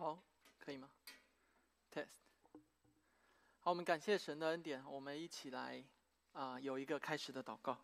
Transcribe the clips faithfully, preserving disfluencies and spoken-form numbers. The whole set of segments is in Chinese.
好，可以吗 ？Test。好，我们感谢神的恩典，我们一起来啊、呃，有一个开始的祷告。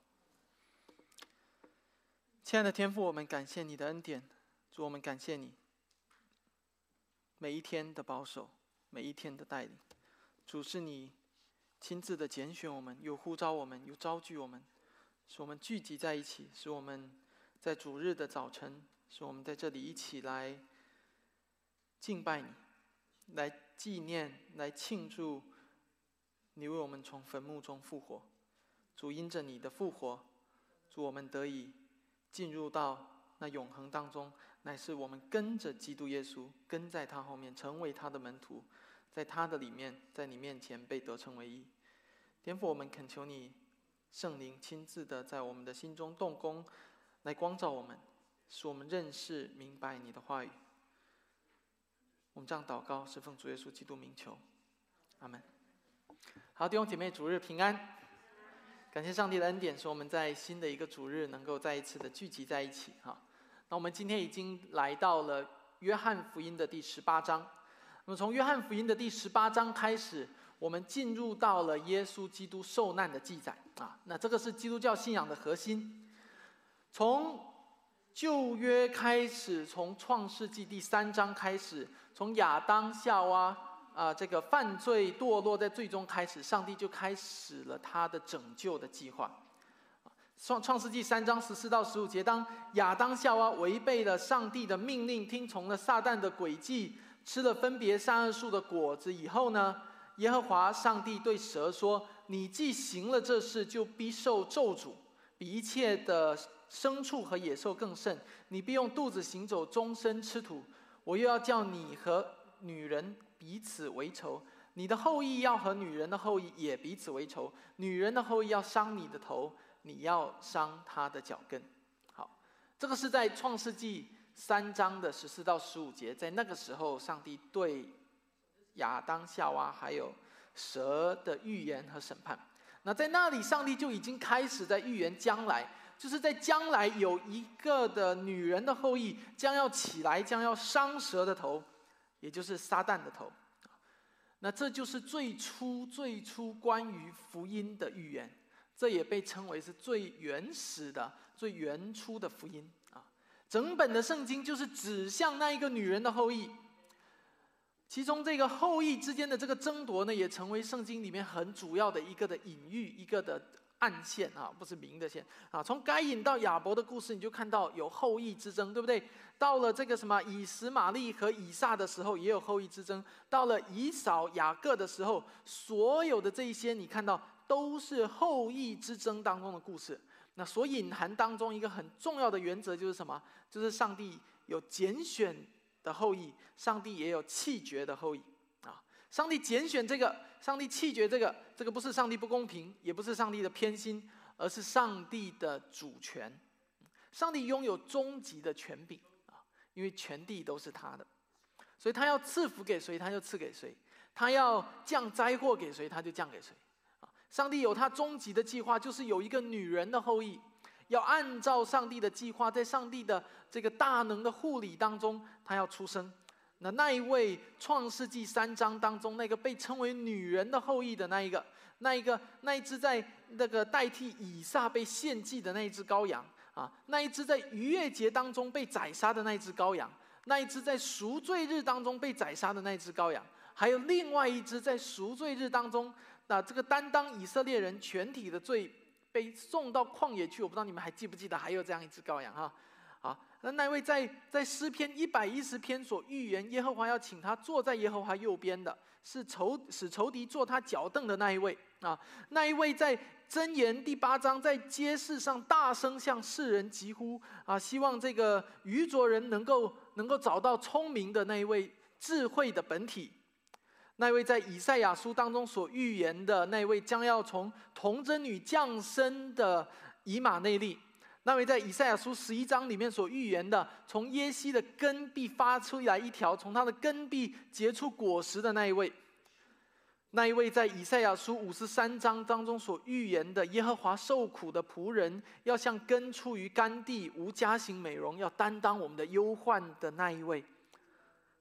亲爱的天父，我们感谢你的恩典，主，我们感谢你每一天的保守，每一天的带领。主，是你亲自的拣选我们，又呼召我们，又召聚我们，使我们聚集在一起，使我们在主日的早晨，使我们在这里一起来敬拜你，来纪念，来庆祝你为我们从坟墓中复活。主，因着你的复活，主，我们得以进入到那永恒当中，乃是我们跟着基督耶稣，跟在他后面，成为他的门徒，在他的里面，在你面前被得成为一。天父，我们恳求你圣灵亲自的在我们的心中动工，来光照我们，使我们认识明白你的话语。我们这样祷告，是奉主耶稣基督名求，阿们。好，弟兄姐妹，主日平安。感谢上帝的恩典，使我们在新的一个主日能够再一次的聚集在一起哈。那我们今天已经来到了约翰福音的第十八章。那么从约翰福音的第十八章开始，我们进入到了耶稣基督受难的记载啊。那这个是基督教信仰的核心。从旧约开始，从创世纪第三章开始，从亚当夏娃啊，这个犯罪堕落在最终开始，上帝就开始了他的拯救的计划。创创世纪三章十四到十五节，当亚当夏娃违背了上帝的命令，听从了撒旦的诡计，吃了分别善恶树的果子以后呢，耶和华上帝对蛇说：“你既行了这事，就必受咒诅，比一切的牲畜和野兽更甚。你必用肚子行走，终身吃土。我又要叫你和女人彼此为仇，你的后裔要和女人的后裔也彼此为仇。女人的后裔要伤你的头，你要伤她的脚跟。”好，这个是在创世纪三章的十四到十五节，在那个时候，上帝对亚当夏娃还有蛇的预言和审判。那在那里，上帝就已经开始在预言将来，就是在将来有一个的女人的后裔将要起来，将要伤蛇的头，也就是撒旦的头。那这就是最初最初关于福音的预言，这也被称为是最原始的、最原初的福音啊。整本的圣经就是指向那一个女人的后裔，其中这个后裔之间的这个争夺呢，也成为圣经里面很主要的一个的隐喻，一个的暗线啊，不是明的线啊。从该隐到亚伯的故事，你就看到有后裔之争，对不对？到了这个什么以实玛利和以撒的时候，也有后裔之争。到了以扫雅各的时候，所有的这一些，你看到都是后裔之争当中的故事。那所隐含当中一个很重要的原则就是什么？就是上帝有拣选的后裔，上帝也有弃绝的后裔啊。上帝拣选这个，上帝弃绝这个，这个不是上帝不公平，也不是上帝的偏心，而是上帝的主权。上帝拥有终极的权柄啊，因为全地都是他的，所以他要赐福给谁，他就赐给谁；他要降灾祸给谁，他就降给谁啊。上帝有他终极的计划，就是有一个女人的后裔，要按照上帝的计划，在上帝的这个大能的护理当中，他要出生。那那一位创世纪三章当中那个被称为女人的后裔的那一个，那一个那一只在那个代替以撒被献祭的那一只羔羊啊，那一只在逾越节当中被宰杀的那一只羔羊，那一只在赎罪日当中被宰杀的那一只羔羊，还有另外一只在赎罪日当中，那这个担当以色列人全体的罪被送到旷野去。我不知道你们还记不记得，还有这样一只羔羊哈。好，那那位在在诗篇一百一十篇所预言耶和华要请他坐在耶和华右边的，是仇使仇敌坐他脚凳的那一位啊。那一位在箴言第八章在街市上大声向世人疾呼啊，希望这个愚拙人能够能够找到聪明的那一位智慧的本体。那位在以赛亚书当中所预言的那位将要从童贞女降生的以马内利。那位在以赛亚书十一章里面所预言的，从耶西的根必发出来一条，从他的根必结出果实的那一位，那一位在以赛亚书五十三章当中所预言的耶和华受苦的仆人，要像根出于干地，无家型美容，要担当我们的忧患的那一位。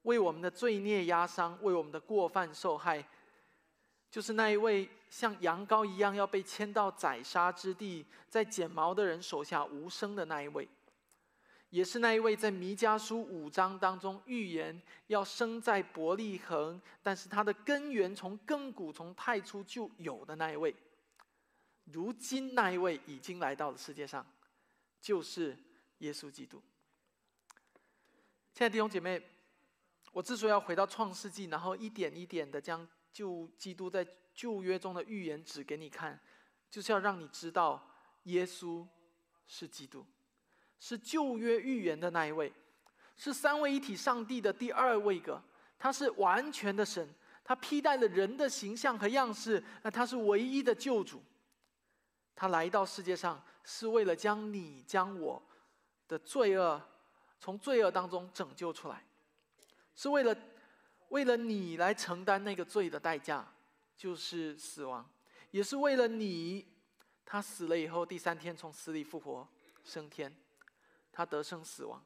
为我们的罪孽压伤，为我们的过犯受害，就是那一位像羊羔一样要被牵到宰杀之地，在剪毛的人手下无声的那一位，也是那一位在弥迦书五章当中预言要生在伯利恒，但是他的根源从亘古从太初就有的那一位。如今那一位已经来到了世界上，就是耶稣基督。亲爱的弟兄姐妹，我之所以要回到创世纪，然后一点一点的将旧基督在旧约中的预言指给你看，就是要让你知道耶稣是基督，是旧约预言的那一位，是三位一体上帝的第二位格，他是完全的神，他披戴了人的形象和样式，那他是唯一的救主。他来到世界上是为了将你将我的罪恶从罪恶当中拯救出来，是为了为了你来承担那个罪的代价，就是死亡，也是为了你，他死了以后第三天从死里复活升天，他得胜死亡。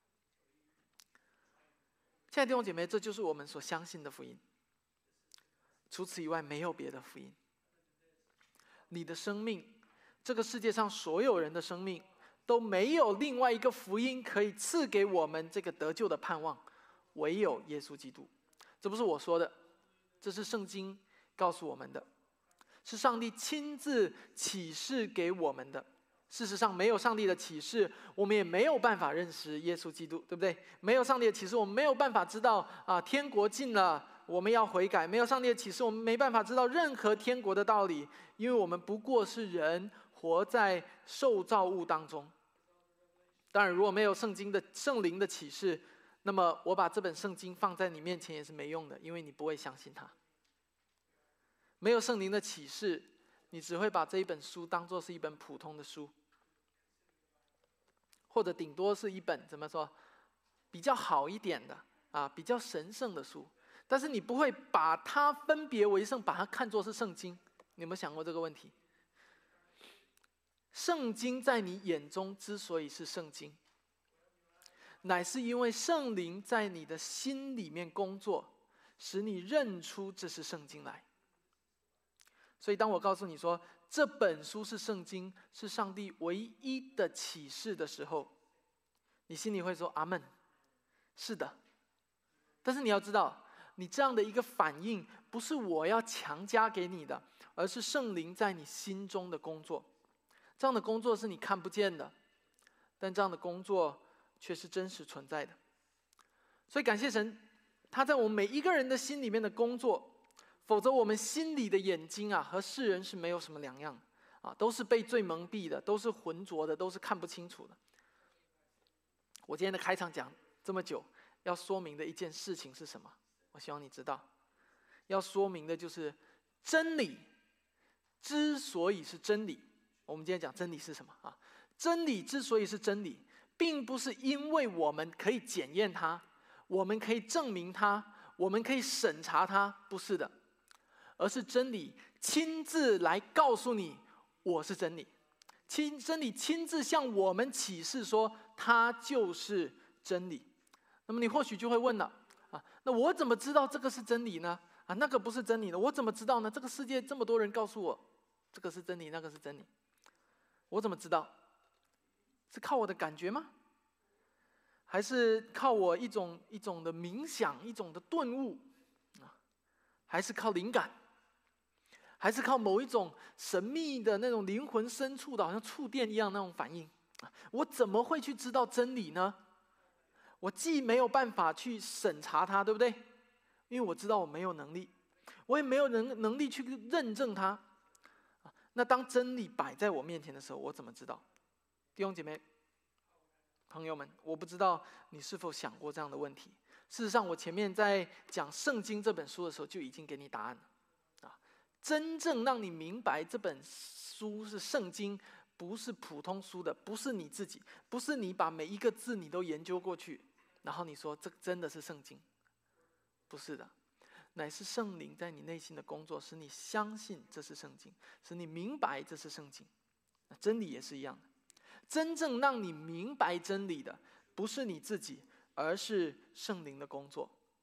亲爱的弟兄姐妹，这就是我们所相信的福音，除此以外没有别的福音。你的生命，这个世界上所有人的生命都没有另外一个福音可以赐给我们这个得救的盼望，唯有耶稣基督。这不是我说的，这是圣经告诉我们的，是上帝亲自启示给我们的。事实上，没有上帝的启示，我们也没有办法认识耶稣基督，对不对？没有上帝的启示，我们没有办法知道啊，天国近了，我们要悔改。没有上帝的启示，我们没办法知道任何天国的道理，因为我们不过是人，活在受造物当中。当然，如果没有圣经的圣灵的启示，那么我把这本圣经放在你面前也是没用的，因为你不会相信它。没有圣灵的启示，你只会把这一本书当作是一本普通的书，或者顶多是一本怎么说比较好一点的啊，比较神圣的书，但是你不会把它分别为圣，把它看作是圣经。你有没有想过这个问题？圣经在你眼中之所以是圣经，乃是因为圣灵在你的心里面工作，使你认出这是圣经来。所以当我告诉你说这本书是圣经，是上帝唯一的启示的时候，你心里会说阿们，是的。但是你要知道，你这样的一个反应不是我要强加给你的，而是圣灵在你心中的工作。这样的工作是你看不见的，但这样的工作却是真实存在的。所以感谢神，他在我们每一个人的心里面的工作，否则我们心里的眼睛啊，和世人是没有什么两样啊，都是被罪蒙蔽的，都是浑浊的，都是看不清楚的。我今天的开场讲这么久，要说明的一件事情是什么？我希望你知道，要说明的就是真理之所以是真理。我们今天讲真理是什么啊？真理之所以是真理，并不是因为我们可以检验它，我们可以证明它，我们可以审查它，不是的，而是真理亲自来告诉你我是真理，亲真理亲自向我们启示说它就是真理。那么你或许就会问了啊，那我怎么知道这个是真理呢？啊，那个不是真理呢？我怎么知道呢？这个世界这么多人告诉我这个是真理，那个是真理，我怎么知道？是靠我的感觉吗？还是靠我一种一种的冥想，一种的顿悟啊？还是靠灵感？还是靠某一种神秘的那种灵魂深处的，好像触电一样那种反应？我怎么会去知道真理呢？我既没有办法去审查它，对不对？因为我知道我没有能力，我也没有能能力去认证它。那当真理摆在我面前的时候，我怎么知道？弟兄姐妹、朋友们，我不知道你是否想过这样的问题。事实上，我前面在讲圣经这本书的时候，就已经给你答案了。啊，真正让你明白这本书是圣经，不是普通书的，不是你自己，不是你把每一个字你都研究过去，然后你说这真的是圣经，不是的，乃是圣灵在你内心的工作，使你相信这是圣经，使你明白这是圣经。真理也是一样的，真正让你明白真理的，不是你自己，而是圣灵的工作。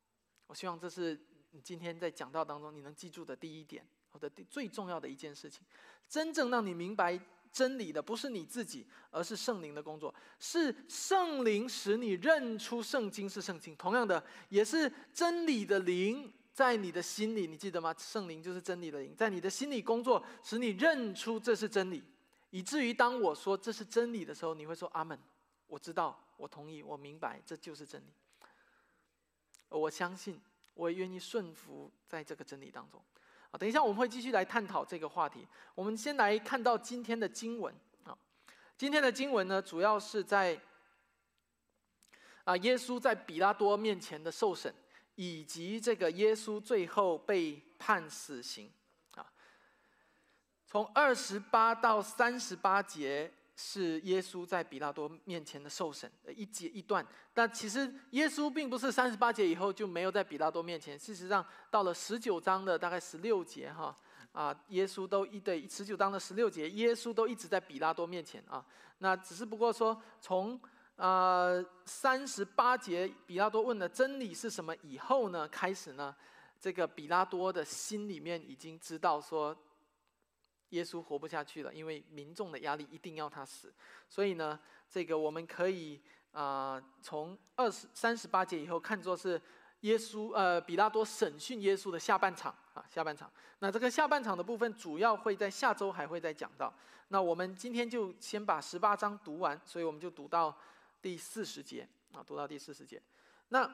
我希望这是你今天在讲道当中你能记住的第一点，或者最重要的一件事情。真正让你明白真理的不是你自己，而是圣灵的工作，是圣灵使你认出圣经是圣经。同样的，也是真理的灵在你的心里，你记得吗？圣灵就是真理的灵，在你的心里工作，使你认出这是真理，以至于当我说这是真理的时候，你会说阿们，我知道，我同意，我明白，这就是真理。我相信，我也愿意顺服在这个真理当中。等一下我们会继续来探讨这个话题。我们先来看到今天的经文啊，今天的经文呢，主要是在啊耶稣在比拉多面前的受审，以及这个耶稣最后被判死刑啊。从二十八到三十八节是耶稣在比拉多面前的受审的一节一段，但其实耶稣并不是三十八节以后就没有在比拉多面前。事实上，到了十九章的大概十六节哈啊，耶稣都一对十九章的十六节，耶稣都一直在比拉多面前啊。那只是不过说，从啊三十八节比拉多问了真理是什么以后呢，开始呢，这个比拉多的心里面已经知道说，耶稣活不下去了，因为民众的压力一定要他死，所以呢，这个我们可以啊、呃、从二十三十八节以后看作是耶稣呃比拉多审讯耶稣的下半场啊下半场。那这个下半场的部分主要会在下周还会再讲到。那我们今天就先把十八章读完，所以我们就读到第四十节啊，读到第四十节。那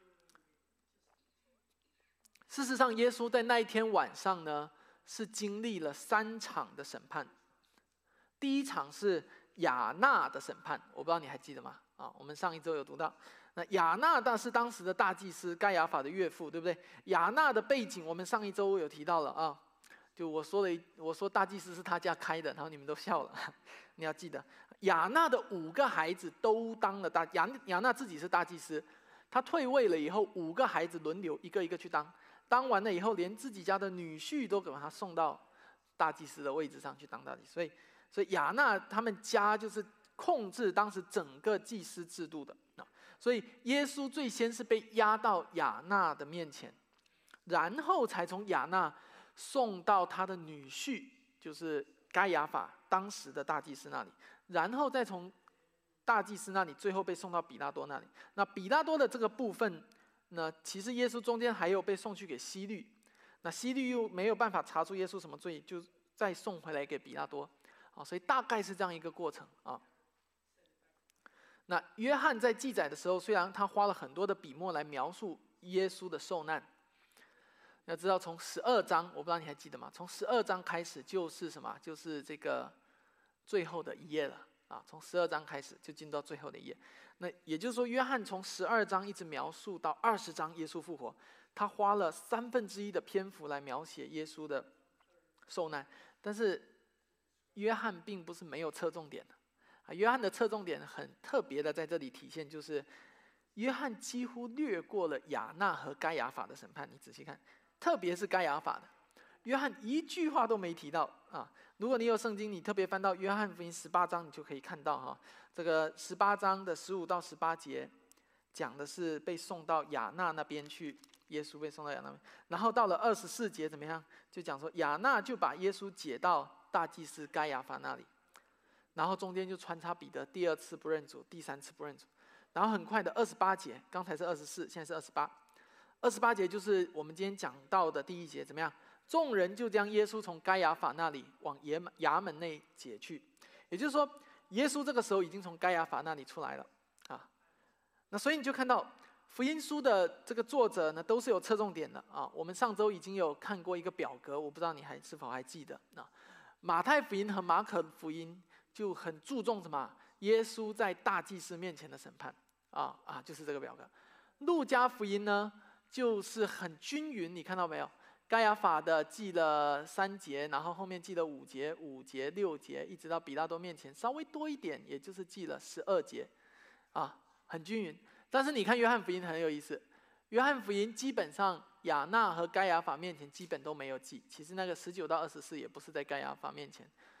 事实上，耶稣在那一天晚上呢，是经历了三场的审判。第一场是亚纳的审判，我不知道你还记得吗？啊，我们上一周有读到。那亚纳大是当时的大祭司该亚法的岳父，对不对？亚纳的背景我们上一周有提到了啊，就我说了一，我说大祭司是他家开的，然后你们都笑了。你要记得，亚纳的五个孩子都当了大亚亚纳自己是大祭司，他退位了以后，五个孩子轮流一个一个去当。当完了以后，连自己家的女婿都给他送到大祭司的位置上去当大祭司。所以，所以亚纳他们家就是控制当时整个祭司制度的啊。所以耶稣最先是被押到亚纳的面前，然后才从亚纳送到他的女婿，就是该亚法当时的大祭司那里，然后再从大祭司那里最后被送到比拉多那里。那比拉多的这个部分，那其实耶稣中间还有被送去给希律，那希律又没有办法查出耶稣什么罪，就再送回来给比拉多，啊，所以大概是这样一个过程啊。那约翰在记载的时候，虽然他花了很多的笔墨来描述耶稣的受难，要知道从十二章，我不知道你还记得吗？从十二章开始就是什么？就是这个最后的一页了啊！从十二章开始就进到最后的一页。那也就是说，约翰从十二章一直描述到二十章耶稣复活，他花了三分之一的篇幅来描写耶稣的受难。但是约翰并不是没有侧重点的啊，约翰的侧重点很特别的在这里体现，就是约翰几乎略过了亚纳和该亚法的审判。你仔细看，特别是该亚法的，约翰一句话都没提到啊。如果你有圣经，你特别翻到约翰福音十八章，你就可以看到哈，这个十八章的十五到十八节讲的是被送到亚纳那边去，耶稣被送到亚纳那边，然后到了二十四节怎么样？就讲说亚纳就把耶稣解到大祭司该亚法那里，然后中间就穿插彼得第二次不认主，第三次不认主，然后很快的二十八节，刚才是二十四，现在是二十八，二十八节就是我们今天讲到的第一节，怎么样？众人就将耶稣从该亚法那里往衙门内解去，也就是说，耶稣这个时候已经从该亚法那里出来了啊。那所以你就看到福音书的这个作者呢，都是有侧重点的啊。我们上周已经有看过一个表格，我不知道你还是否还记得啊。马太福音和马可福音就很注重什么？耶稣在大祭司面前的审判啊啊，就是这个表格。路加福音呢，就是很均匀，你看到没有？该亚法的记了三节，然后后面记了五节、五节、六节，一直到比拉多面前稍微多一点，也就是记了十二节，啊，很均匀。但是你看约翰福音很有意思，约翰福音基本上亚纳和该亚法面前基本都没有记，其实那个十九到二十四也不是在该亚法面前，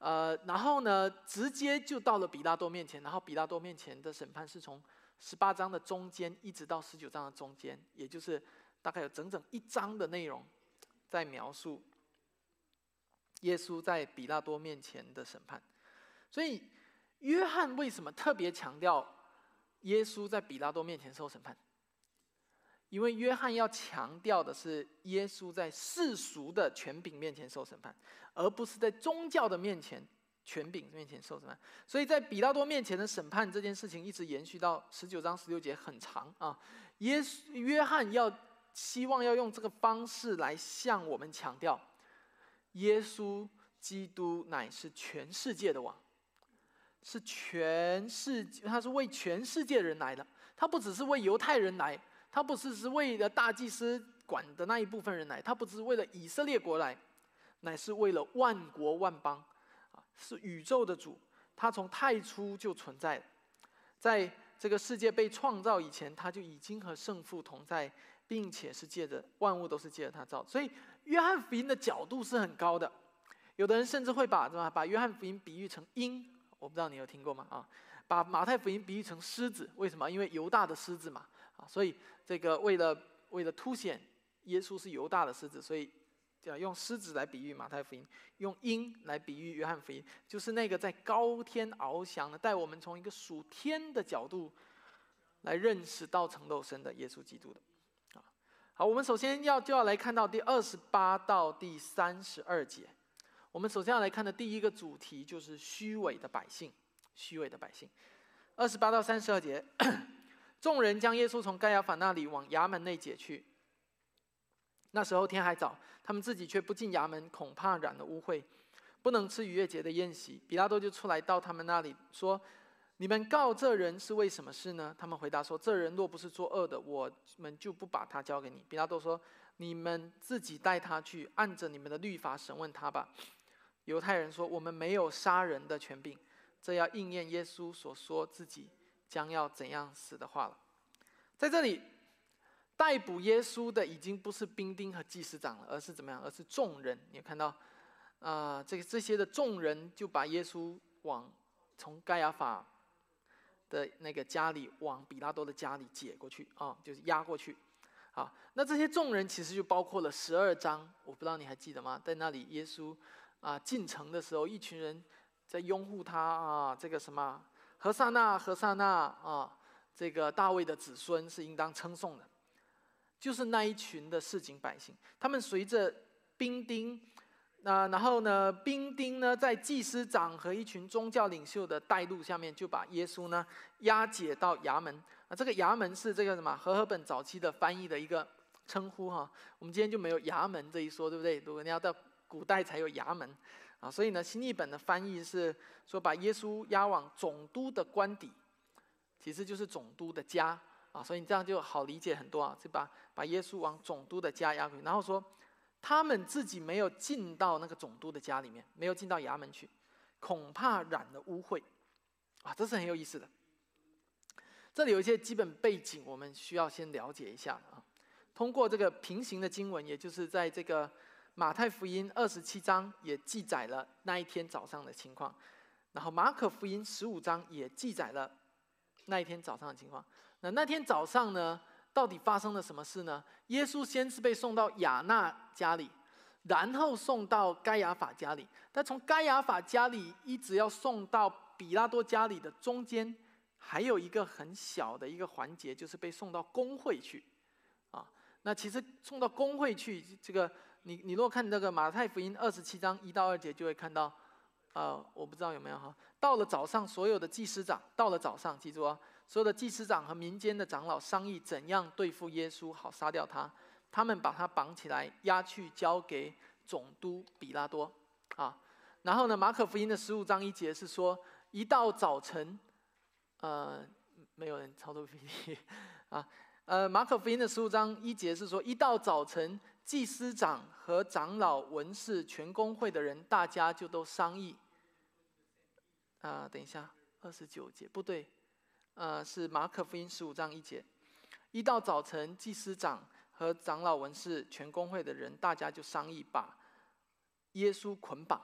呃，然后呢，直接就到了比拉多面前，然后比拉多面前的审判是从十八章的中间一直到十九章的中间，也就是大概有整整一章的内容，在描述耶稣在比拉多面前的审判。所以，约翰为什么特别强调耶稣在比拉多面前受审判？因为约翰要强调的是耶稣在世俗的权柄面前受审判，而不是在宗教的面前、权柄面前受审判。所以在比拉多面前的审判这件事情一直延续到十九章十六节，很长啊。耶稣约翰要希望要用这个方式来向我们强调，耶稣基督乃是全世界的王，是全世界，他是为全世界人来的，他不只是为犹太人来。他不是是为了大祭司管的那一部分人来，他不只是为了以色列国来，乃是为了万国万邦，是宇宙的主。他从太初就存在了，在这个世界被创造以前，他就已经和圣父同在，并且是借着万物都是借着他造。所以约翰福音的角度是很高的。有的人甚至会把什么把约翰福音比喻成鹰，我不知道你有听过吗？啊，把马太福音比喻成狮子，为什么？因为犹大的狮子嘛。所以，这个为了为了凸显耶稣是犹大的狮子，所以用狮子来比喻马太福音，用鹰来比喻约翰福音，就是那个在高天翱翔的，带我们从一个属天的角度来认识道成肉身的耶稣基督的。好，我们首先要就要来看到第二十八到第三十二节。我们首先要来看的第一个主题就是虚伪的百姓，虚伪的百姓。二十八到三十二节。众人将耶稣从该亚法那里往衙门内解去。那时候天还早，他们自己却不进衙门，恐怕染了污秽，不能吃逾越节的宴席。比拉多就出来到他们那里说：“你们告这人是为什么事呢？”他们回答说：“这人若不是作恶的，我们就不把他交给你。”比拉多说：“你们自己带他去，按着你们的律法审问他吧。”犹太人说：“我们没有杀人的权柄。”这要应验耶稣所说自己将要怎样死的话了。在这里，逮捕耶稣的已经不是兵丁和祭司长了，而是怎么样？而是众人。你有看到，啊、呃，这个这些的众人就把耶稣往从该亚法的那个家里往比拉多的家里解过去啊、哦，就是押过去。啊，那这些众人其实就包括了十二章，我不知道你还记得吗？在那里，耶稣啊进城的时候，一群人在拥护他啊，这个什么？何撒那，何撒那啊！这个大卫的子孙是应当称颂的，就是那一群的市井百姓，他们随着兵丁，呃、然后呢，兵丁呢在祭司长和一群宗教领袖的带路下面，就把耶稣呢押解到衙门。啊，这个衙门是这个什么和合本早期的翻译的一个称呼哈。我们今天就没有衙门这一说，对不对？如果你要到古代才有衙门。啊，所以呢，新译本的翻译是说把耶稣押往总督的官邸，其实就是总督的家啊，所以你这样就好理解很多啊，就把把耶稣往总督的家押回去，然后说他们自己没有进到那个总督的家里面，没有进到衙门去，恐怕染了污秽啊，这是很有意思的。这里有一些基本背景，我们需要先了解一下啊。通过这个平行的经文，也就是在这个马太福音二十七章也记载了那一天早上的情况，然后马可福音十五章也记载了那一天早上的情况。那那天早上呢，到底发生了什么事呢？耶稣先是被送到亚那家里，然后送到该亚法家里，但从该亚法家里一直要送到比拉多家里的中间，还有一个很小的一个环节，就是被送到公会去啊。那其实送到公会去，这个你你如果看那个马太福音二十七章一到二节，就会看到，呃，我不知道有没有哈。到了早上，所有的祭司长到了早上，记住啊，所有的祭司长和民间的长老商议怎样对付耶稣，好杀掉他。他们把他绑起来，押去交给总督比拉多啊。然后呢，马可福音的十五章一节是说，一到早晨，呃，没有人操作 P P T 啊。呃，马可福音的十五章一节是说，一到早晨，祭司长和长老、文士、全公会的人，大家就都商议。啊、呃，等一下，二十九节不对，呃，是马可福音十五章一节。一到早晨，祭司长和长老、文士、全公会的人，大家就商议把耶稣捆绑，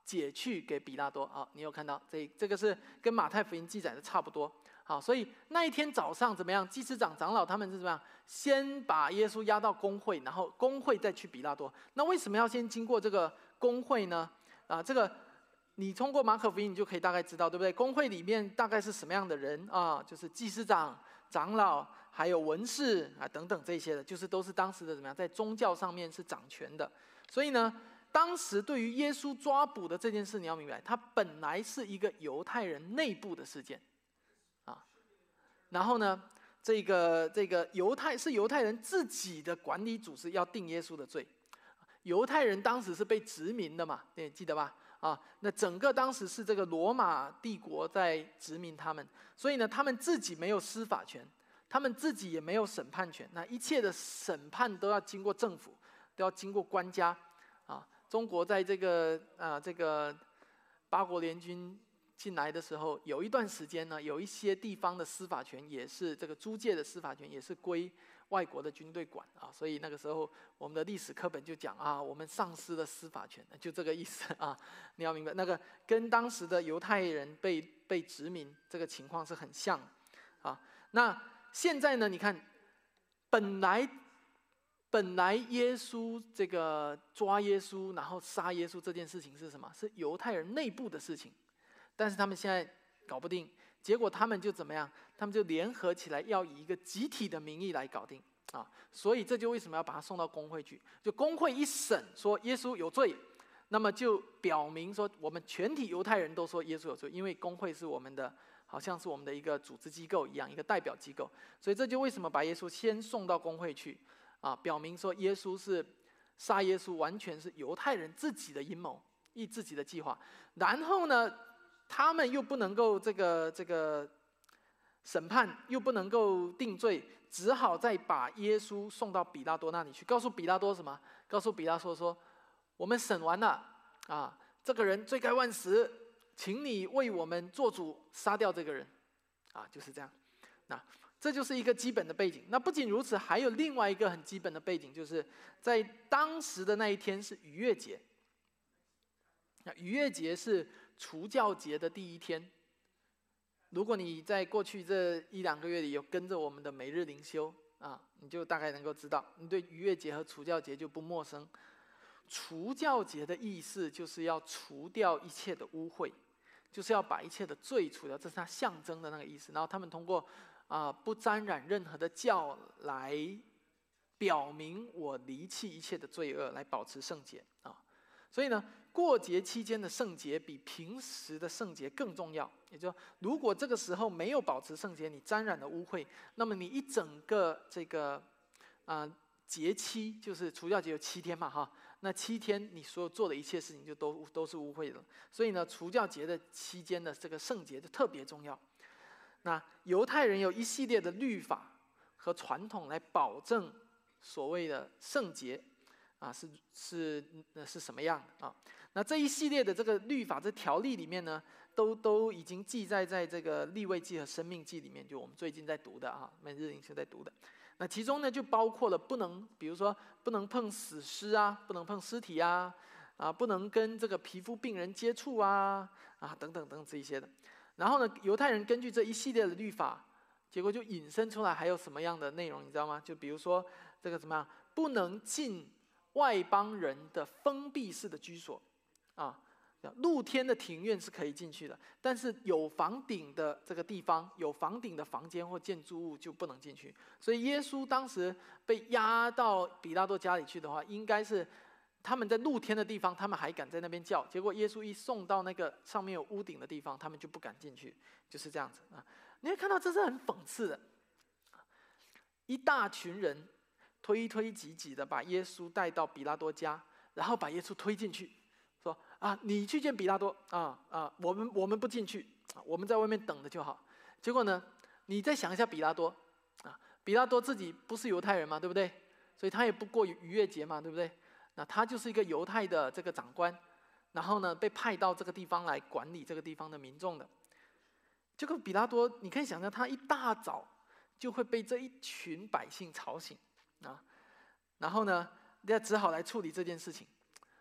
解去给比拉多。啊，你有看到这这个是跟马太福音记载的差不多。好，所以那一天早上怎么样？祭司长、长老他们是怎么样？先把耶稣押到公会，然后公会再去比拉多。那为什么要先经过这个公会呢？啊，这个你通过马可福音，你就可以大概知道，对不对？公会里面大概是什么样的人啊？就是祭司长、长老，还有文士啊等等这些的，就是都是当时的怎么样，在宗教上面是掌权的。所以呢，当时对于耶稣抓捕的这件事，你要明白，它本来是一个犹太人内部的事件。然后呢，这个这个犹太是犹太人自己的管理组织要定耶稣的罪。犹太人当时是被殖民的嘛，你记得吧？啊，那整个当时是这个罗马帝国在殖民他们，所以呢，他们自己没有司法权，他们自己也没有审判权。那一切的审判都要经过政府，都要经过官家。啊，中国在这个啊这个八国联军进来的时候，有一段时间呢，有一些地方的司法权也是这个租界的司法权也是归外国的军队管啊，所以那个时候我们的历史课本就讲啊，我们丧失了司法权，就这个意思啊。你要明白，那个跟当时的犹太人被被殖民这个情况是很像啊。那现在呢，你看，本来本来耶稣这个抓耶稣然后杀耶稣这件事情是什么？是犹太人内部的事情。但是他们现在搞不定，结果他们就怎么样？他们就联合起来，要以一个集体的名义来搞定啊！所以这就为什么要把他送到公会去？就公会一审说耶稣有罪，那么就表明说我们全体犹太人都说耶稣有罪，因为公会是我们的，好像是我们的一个组织机构一样，一个代表机构。所以这就为什么把耶稣先送到公会去啊，表明说耶稣是杀耶稣，完全是犹太人自己的阴谋，以自己的计划。然后呢？他们又不能够这个这个审判，又不能够定罪，只好再把耶稣送到比拉多那里去，告诉比拉多什么？告诉比拉多说，我们审完了啊，这个人罪该万死，请你为我们做主，杀掉这个人，啊，就是这样。那这就是一个基本的背景。那不仅如此，还有另外一个很基本的背景，就是在当时的那一天是逾越节。那逾越节是除酵节的第一天。如果你在过去这一两个月里有跟着我们的每日灵修啊，你就大概能够知道，你对逾越节和除酵节就不陌生。除酵节的意思就是要除掉一切的污秽，就是要把一切的罪除掉，这是它象征的那个意思。然后他们通过啊不沾染任何的酵来表明我离弃一切的罪恶，来保持圣洁啊。所以呢，过节期间的圣洁比平时的圣洁更重要。也就是说，如果这个时候没有保持圣洁，你沾染了污秽，那么你一整个这个啊、呃、节期，就是除酵节有七天嘛哈，那七天你所有做的一切事情就都都是污秽的。所以呢，除酵节的期间的这个圣洁就特别重要。那犹太人有一系列的律法和传统来保证所谓的圣洁。啊，是是是什么样的啊？那这一系列的这个律法、这条例里面呢，都都已经记载在这个利未记和申命记里面，就我们最近在读的啊，每日灵修在读的。那其中呢，就包括了不能，比如说不能碰死尸啊，不能碰尸体啊，啊，不能跟这个皮肤病人接触啊，啊，等等等等这一些的。然后呢，犹太人根据这一系列的律法，结果就引申出来还有什么样的内容，你知道吗？就比如说这个怎么样，不能进外邦人的封闭式的居所，啊，露天的庭院是可以进去的，但是有房顶的这个地方，有房顶的房间或建筑物就不能进去。所以耶稣当时被押到比拉多家里去的话，应该是他们在露天的地方，他们还敢在那边叫，结果耶稣一送到那个上面有屋顶的地方，他们就不敢进去，就是这样子啊。你会看到这是很讽刺的，一大群人推推挤挤的把耶稣带到比拉多家，然后把耶稣推进去，说啊，你去见比拉多啊啊，我们我们不进去，我们在外面等着就好。结果呢，你再想一下比拉多啊，比拉多自己不是犹太人嘛，对不对？所以他也不过逾越节嘛，对不对？那他就是一个犹太的这个长官，然后呢被派到这个地方来管理这个地方的民众的。结果比拉多，你可以想象他一大早就会被这一群百姓吵醒。啊，然后呢，要只好来处理这件事情。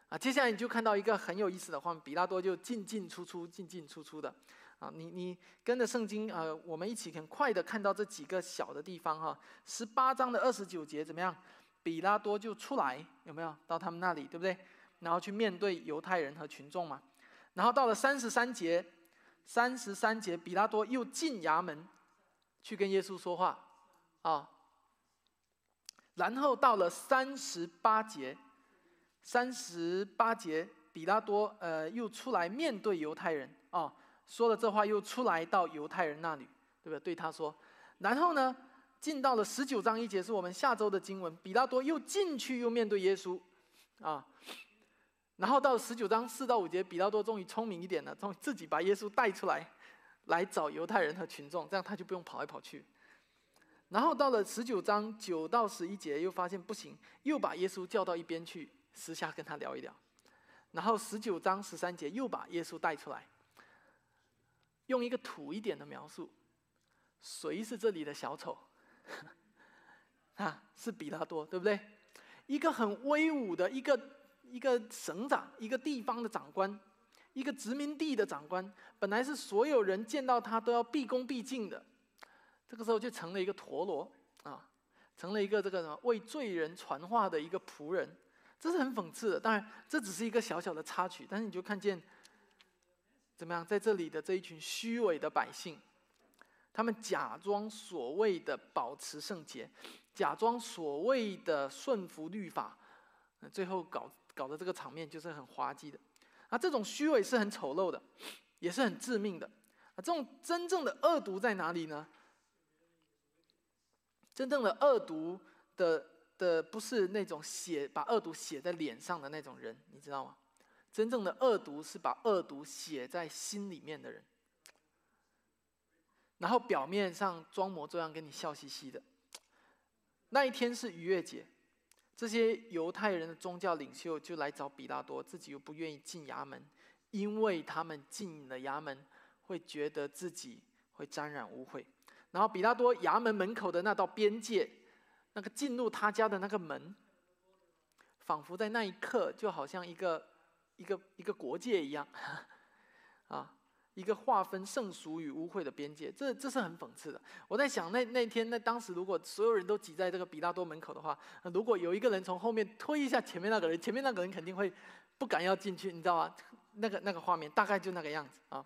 啊，接下来你就看到一个很有意思的画面，比拉多就进进出出，进进出出的。啊，你你跟着圣经，呃，我们一起很快的看到这几个小的地方哈。十八章的二十九节怎么样？比拉多就出来，有没有到他们那里，对不对？然后去面对犹太人和群众嘛。然后到了三十三节，三十三节，比拉多又进衙门去跟耶稣说话，啊。然后到了三十八节，三十八节，比拉多呃又出来面对犹太人啊。哦，说了这话，又出来到犹太人那里，对不对？对他说，然后呢，进到了十九章一节，是我们下周的经文。比拉多又进去，又面对耶稣，啊，然后到了十九章四到五节，比拉多终于聪明一点了，终于自己把耶稣带出来，来找犹太人和群众，这样他就不用跑来跑去。然后到了十九章九到十一节，又发现不行，又把耶稣叫到一边去，私下跟他聊一聊。然后十九章十三节，又把耶稣带出来。用一个土一点的描述，谁是这里的小丑？啊，是比拉多，对不对？一个很威武的一个一个省长，一个地方的长官，一个殖民地的长官，本来是所有人见到他都要毕恭毕敬的，这个时候就成了一个陀螺啊，成了一个这个什么为罪人传话的一个仆人，这是很讽刺的。当然，这只是一个小小的插曲，但是你就看见。怎么样？在这里的这一群虚伪的百姓，他们假装所谓的保持圣洁，假装所谓的顺服律法，最后搞搞的这个场面就是很滑稽的。啊，这种虚伪是很丑陋的，也是很致命的。啊，这种真正的恶毒在哪里呢？真正的恶毒的的不是那种写把恶毒写在脸上的那种人，你知道吗？真正的恶毒是把恶毒写在心里面的人，然后表面上装模作样跟你笑嘻嘻的。那一天是逾越节，这些犹太人的宗教领袖就来找比拉多，自己又不愿意进衙门，因为他们进了衙门会觉得自己会沾染污秽。然后比拉多衙门门口的那道边界，那个进入他家的那个门，仿佛在那一刻就好像一个一个一个国界一样，啊，一个划分圣俗与污秽的边界，这这是很讽刺的。我在想那那天那当时如果所有人都挤在这个比拉多门口的话，如果有一个人从后面推一下前面那个人，前面那个人肯定会不敢要进去，你知道吗？那个那个画面大概就那个样子啊。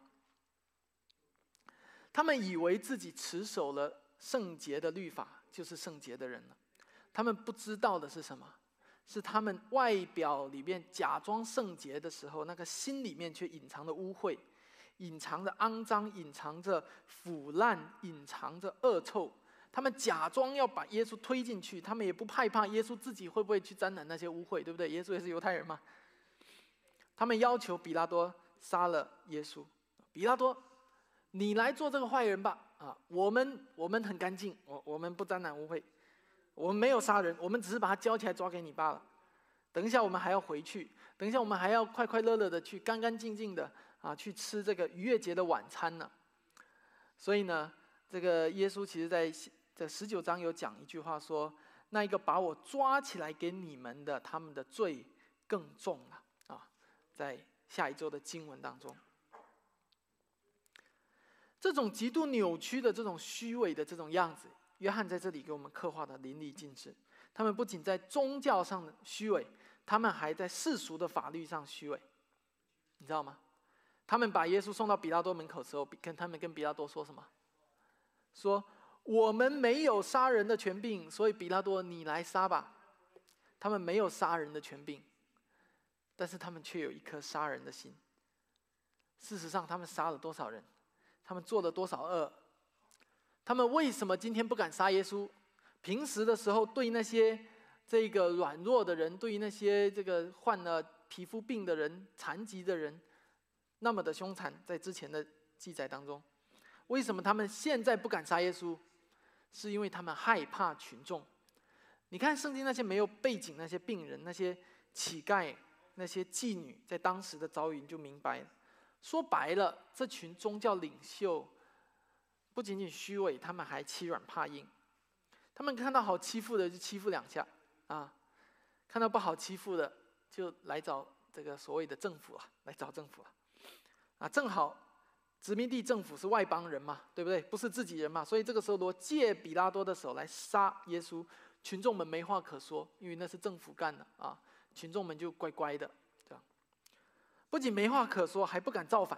他们以为自己持守了圣洁的律法，就是圣洁的人了。他们不知道的是什么？是他们外表里面假装圣洁的时候，那个心里面却隐藏着污秽，隐藏着肮脏，隐藏着腐烂，隐藏着恶臭。他们假装要把耶稣推进去，他们也不害怕耶稣自己会不会去沾染那些污秽，对不对？耶稣也是犹太人嘛。他们要求比拉多杀了耶稣。比拉多，你来做这个坏人吧！啊，我们我们很干净，我我们不沾染污秽。我们没有杀人，我们只是把他交起来抓给你罢了。等一下我们还要回去，等一下我们还要快快乐乐的去干干净净的啊去吃这个逾越节的晚餐呢。所以呢，这个耶稣其实在这十九章有讲一句话说，那一个把我抓起来给你们的，他们的罪更重了啊。在下一周的经文当中，这种极度扭曲的这种虚伪的这种样子，约翰在这里给我们刻画的淋漓尽致。他们不仅在宗教上的虚伪，他们还在世俗的法律上虚伪，你知道吗？他们把耶稣送到比拉多门口的时候，跟他们跟比拉多说什么？说我们没有杀人的权柄，所以比拉多你来杀吧。他们没有杀人的权柄，但是他们却有一颗杀人的心。事实上，他们杀了多少人？他们做了多少恶？他们为什么今天不敢杀耶稣？平时的时候对那些这个软弱的人，对于那些这个患了皮肤病的人、残疾的人，那么的凶残，在之前的记载当中，为什么他们现在不敢杀耶稣？是因为他们害怕群众。你看圣经那些没有背景、那些病人、那些乞丐、那些妓女，在当时的遭遇你就明白了。说白了，这群宗教领袖不仅仅虚伪，他们还欺软怕硬。他们看到好欺负的就欺负两下啊，看到不好欺负的就来找这个所谓的政府啊，来找政府啊，啊，正好殖民地政府是外邦人嘛，对不对？不是自己人嘛，所以这个时候罗借比拉多的手来杀耶稣，群众们没话可说，因为那是政府干的啊，群众们就乖乖的这样，不仅没话可说，还不敢造反。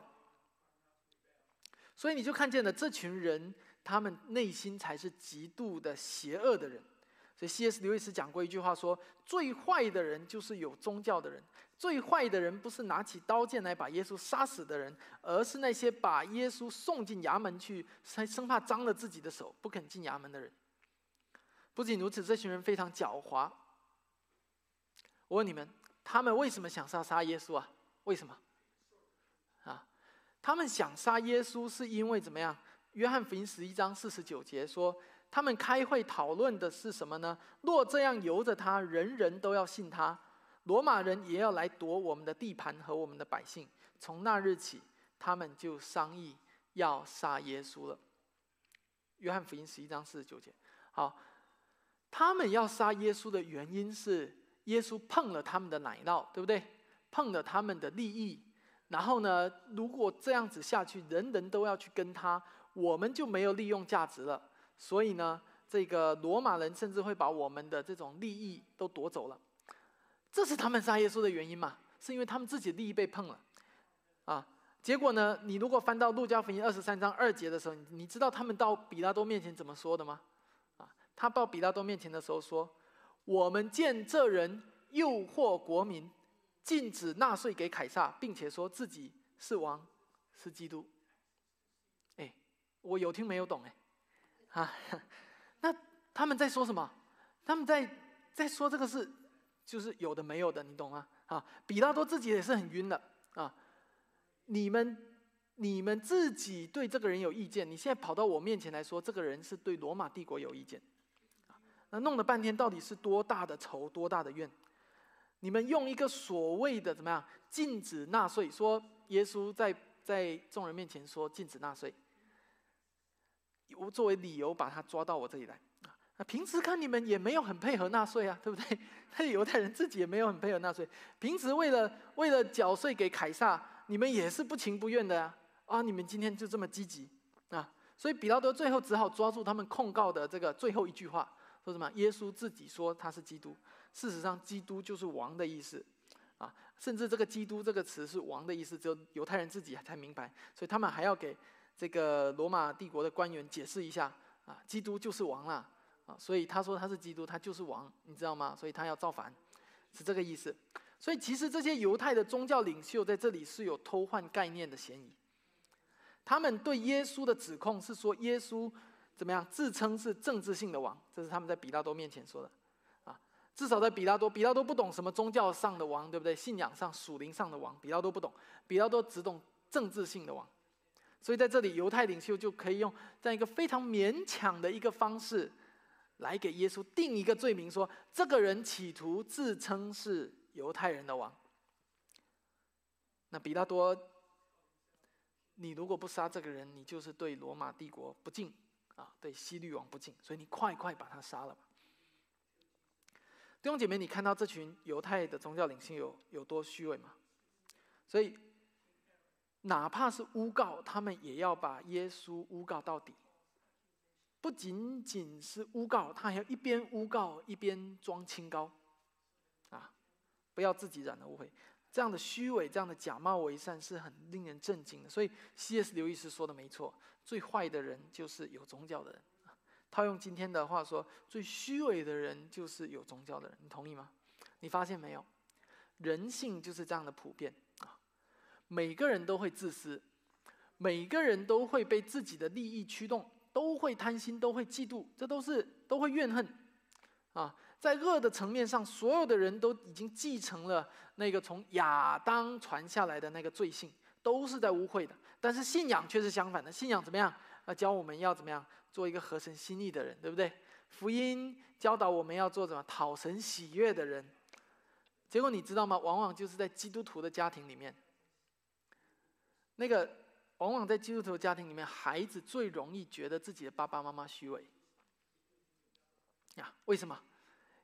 所以你就看见了这群人，他们内心才是极度的邪恶的人。所以 C S 刘易斯讲过一句话说，最坏的人就是有宗教的人，最坏的人不是拿起刀剑来把耶稣杀死的人，而是那些把耶稣送进衙门去，生怕脏了自己的手不肯进衙门的人。不仅如此，这群人非常狡猾。我问你们，他们为什么想杀杀耶稣啊？为什么？啊，他们想杀耶稣是因为怎么样？约翰福音十一章四十九节说，他们开会讨论的是什么呢？若这样由着他，人人都要信他，罗马人也要来夺我们的地盘和我们的百姓。从那日起，他们就商议要杀耶稣了。约翰福音十一章四十九节。好，他们要杀耶稣的原因是耶稣碰了他们的奶酪，对不对？碰了他们的利益。然后呢，如果这样子下去，人人都要去跟他，我们就没有利用价值了。所以呢，这个罗马人甚至会把我们的这种利益都夺走了。这是他们杀耶稣的原因嘛？是因为他们自己的利益被碰了啊。结果呢，你如果翻到路加福音二十三章二节的时候，你知道他们到比拉多面前怎么说的吗？啊，他到比拉多面前的时候说：“我们见这人诱惑国民，禁止纳税给凯撒，并且说自己是王，是基督。”哎，我有听没有懂哎。啊，那他们在说什么？他们在在说这个是，就是有的没有的，你懂吗？啊，比拉多自己也是很晕的啊。你们你们自己对这个人有意见，你现在跑到我面前来说，这个人是对罗马帝国有意见，啊，那弄了半天到底是多大的仇，多大的怨？你们用一个所谓的怎么样禁止纳税，说耶稣在在众人面前说禁止纳税。我作为理由把他抓到我这里来啊！平时看你们也没有很配合纳税啊，对不对？那犹太人自己也没有很配合纳税。平时为了为了缴税给凯撒，你们也是不情不愿的啊！啊，你们今天就这么积极啊！所以比拉多最后只好抓住他们控告的这个最后一句话，说什么？耶稣自己说他是基督，事实上基督就是王的意思啊！甚至这个基督这个词是王的意思，只有犹太人自己才明白，所以他们还要给这个罗马帝国的官员解释一下啊，基督就是王啦啊，所以他说他是基督，他就是王，你知道吗？所以他要造反，是这个意思。所以其实这些犹太的宗教领袖在这里是有偷换概念的嫌疑。他们对耶稣的指控是说耶稣怎么样自称是政治性的王，这是他们在比拉多面前说的啊。至少在比拉多，比拉多不懂什么宗教上的王，对不对？信仰上、属灵上的王，比拉多不懂，比拉多只懂政治性的王。所以在这里，犹太领袖就可以用这样一个非常勉强的一个方式，来给耶稣定一个罪名，说这个人企图自称是犹太人的王。那比拉多，你如果不杀这个人，你就是对罗马帝国不敬啊，对希律王不敬，所以你快快把他杀了吧。弟兄姐妹，你看到这群犹太的宗教领袖有有多虚伪吗？所以哪怕是诬告，他们也要把耶稣诬告到底。不仅仅是诬告，他还要一边诬告一边装清高，啊，不要自己染了误会。这样的虚伪，这样的假冒为善，是很令人震惊的。所以 C S 刘易斯说的没错，最坏的人就是有宗教的人。套用今天的话说，最虚伪的人就是有宗教的人。你同意吗？你发现没有？人性就是这样的普遍。每个人都会自私，每个人都会被自己的利益驱动，都会贪心，都会嫉妒，这都是都会怨恨啊。在恶的层面上，所有的人都已经继承了那个从亚当传下来的那个罪性，都是在污秽的。但是信仰却是相反的，信仰怎么样？啊，教我们要怎么样做一个合神心意的人，对不对？福音教导我们要做什么？讨神喜悦的人。结果你知道吗？往往就是在基督徒的家庭里面。那个往往在基督徒家庭里面，孩子最容易觉得自己的爸爸妈妈虚伪呀？为什么？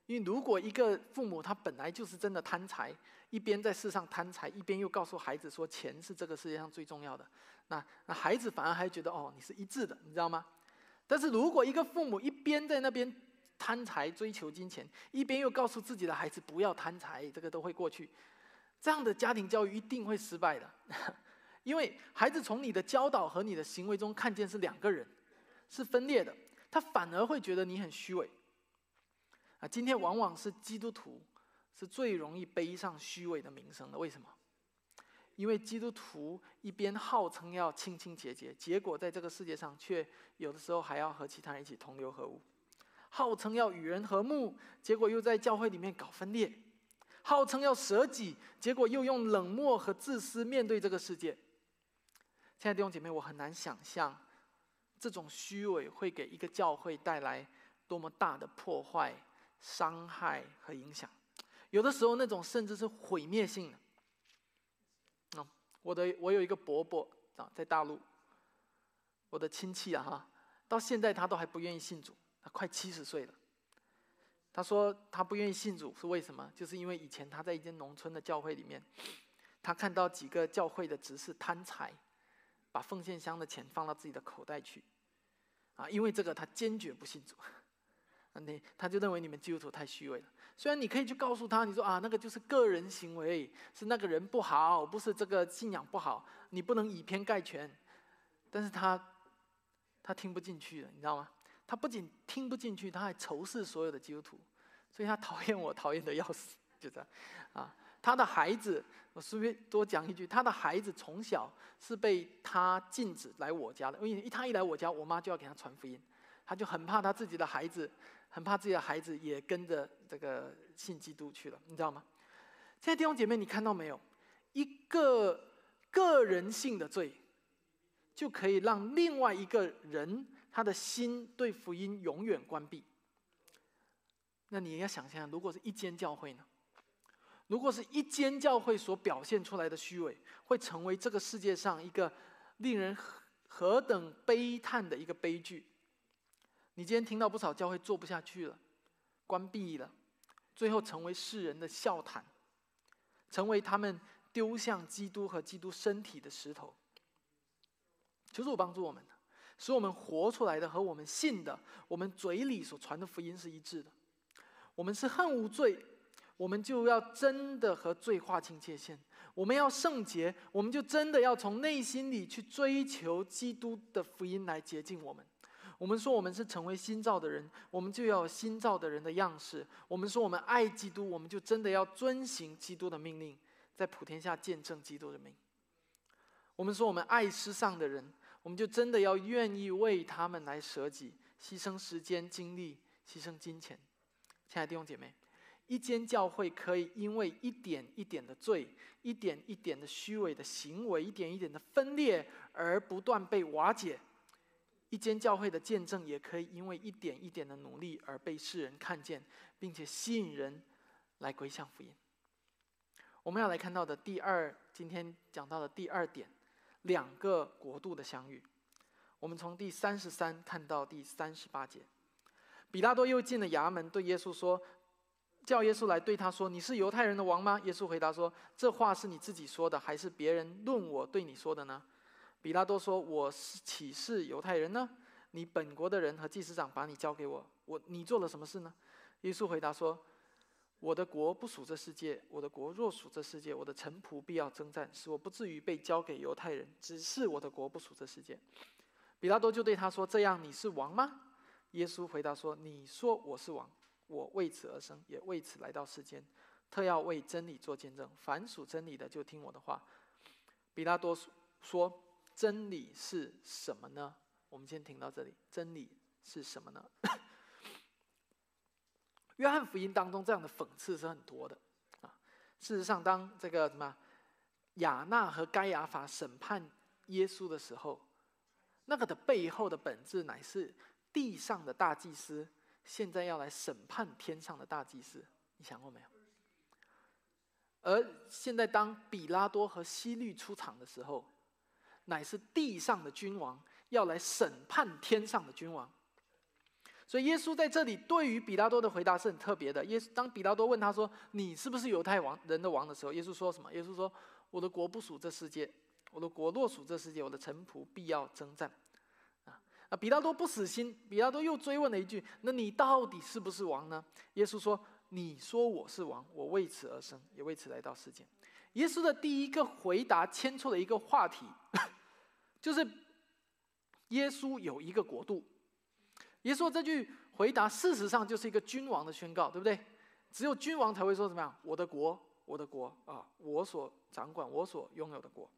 因为如果一个父母他本来就是真的贪财，一边在世上贪财，一边又告诉孩子说钱是这个世界上最重要的，那那孩子反而还觉得哦你是一致的，你知道吗？但是如果一个父母一边在那边贪财追求金钱，一边又告诉自己的孩子不要贪财，这个都会过去，这样的家庭教育一定会失败的。因为孩子从你的教导和你的行为中看见是两个人，是分裂的，他反而会觉得你很虚伪。啊，今天往往是基督徒是最容易背上虚伪的名声的，为什么？因为基督徒一边号称要清清洁洁，结果在这个世界上却有的时候还要和其他人一起同流合污；号称要与人和睦，结果又在教会里面搞分裂；号称要舍己，结果又用冷漠和自私面对这个世界。亲爱的弟兄姐妹，我很难想象这种虚伪会给一个教会带来多么大的破坏、伤害和影响。有的时候那种甚至是毁灭性的。哦、我的我有一个伯伯啊，在大陆，我的亲戚啊哈，到现在他都还不愿意信主，他快七十岁了。他说他不愿意信主是为什么？就是因为以前他在一间农村的教会里面，他看到几个教会的执事贪财，把奉献箱的钱放到自己的口袋去，啊，因为这个他坚决不信主。你他就认为你们基督徒太虚伪了。虽然你可以去告诉他，你说啊，那个就是个人行为，是那个人不好，不是这个信仰不好，你不能以偏概全。但是他他听不进去了，你知道吗？他不仅听不进去，他还仇视所有的基督徒，所以他讨厌我，讨厌的要死，就这样啊。他的孩子，我顺便多讲一句，他的孩子从小是被他禁止来我家的，因为他一来我家，我妈就要给他传福音，他就很怕他自己的孩子。很怕自己的孩子也跟着这个信基督去了，你知道吗？现在弟兄姐妹，你看到没有？一个个人性的罪，就可以让另外一个人他的心对福音永远关闭。那你要想象，如果是一间教会呢？如果是一间教会所表现出来的虚伪，会成为这个世界上一个令人何等悲叹的一个悲剧。你今天听到不少教会做不下去了，关闭了，最后成为世人的笑谈，成为他们丢向基督和基督身体的石头。求主帮助我们，使我们活出来的和我们信的，我们嘴里所传的福音是一致的。我们是恨无罪，我们就要真的和罪划清界限；我们要圣洁，我们就真的要从内心里去追求基督的福音来洁净我们。我们说我们是成为新造的人，我们就要有新造的人的样式。我们说我们爱基督，我们就真的要遵行基督的命令，在普天下见证基督的名。我们说我们爱世上的人，我们就真的要愿意为他们来舍己，牺牲时间、精力，牺牲金钱。亲爱的弟兄姐妹，一间教会可以因为一点一点的罪，一点一点的虚伪的行为，一点一点的分裂而不断被瓦解。一间教会的见证也可以因为一点一点的努力而被世人看见，并且吸引人来归向福音。我们要来看到的第二，今天讲到的第二点，两个国度的相遇。我们从第三十三看到第三十八节。比拉多又进了衙门，对耶稣说，叫耶稣来对他说，你是犹太人的王吗？耶稣回答说，这话是你自己说的，还是别人论我对你说的呢？比拉多说，我岂是犹太人呢？你本国的人和祭司长把你交给我，我你做了什么事呢？耶稣回答说，我的国不属这世界，我的国若属这世界，我的臣仆必要征战，使我不至于被交给犹太人，只是我的国不属这世界。比拉多就对他说，这样你是王吗？耶稣回答说，你说我是王，我为此而生，也为此来到世间，特要为真理做见证，凡属真理的就听我的话。比拉多说，真理是什么呢？我们先停到这里。真理是什么呢？约翰福音当中这样的讽刺是很多的啊。事实上，当这个什么亚纳和该亚法审判耶稣的时候，那个的背后的本质乃是地上的大祭司现在要来审判天上的大祭司。你想过没有？而现在当比拉多和希律出场的时候，乃是地上的君王要来审判天上的君王。 所以耶稣在这里对于比拉多的回答是很特别的。耶稣当比拉多问他说：“你是不是犹太王人的王的时候”，耶稣说什么？耶稣说：“我的国不属这世界，我的国若属这世界，我的臣仆必要征战。”啊，啊，比拉多不死心，比拉多又追问了一句：“那你到底是不是王呢？”耶稣说：“你说我是王，我为此而生，也为此来到世界。”耶稣的第一个回答牵出了一个话题，就是耶稣有一个国度。耶稣这句回答事实上就是一个君王的宣告，对不对？只有君王才会说怎么样？我的国，我的国啊，我所掌管、我所拥有的国。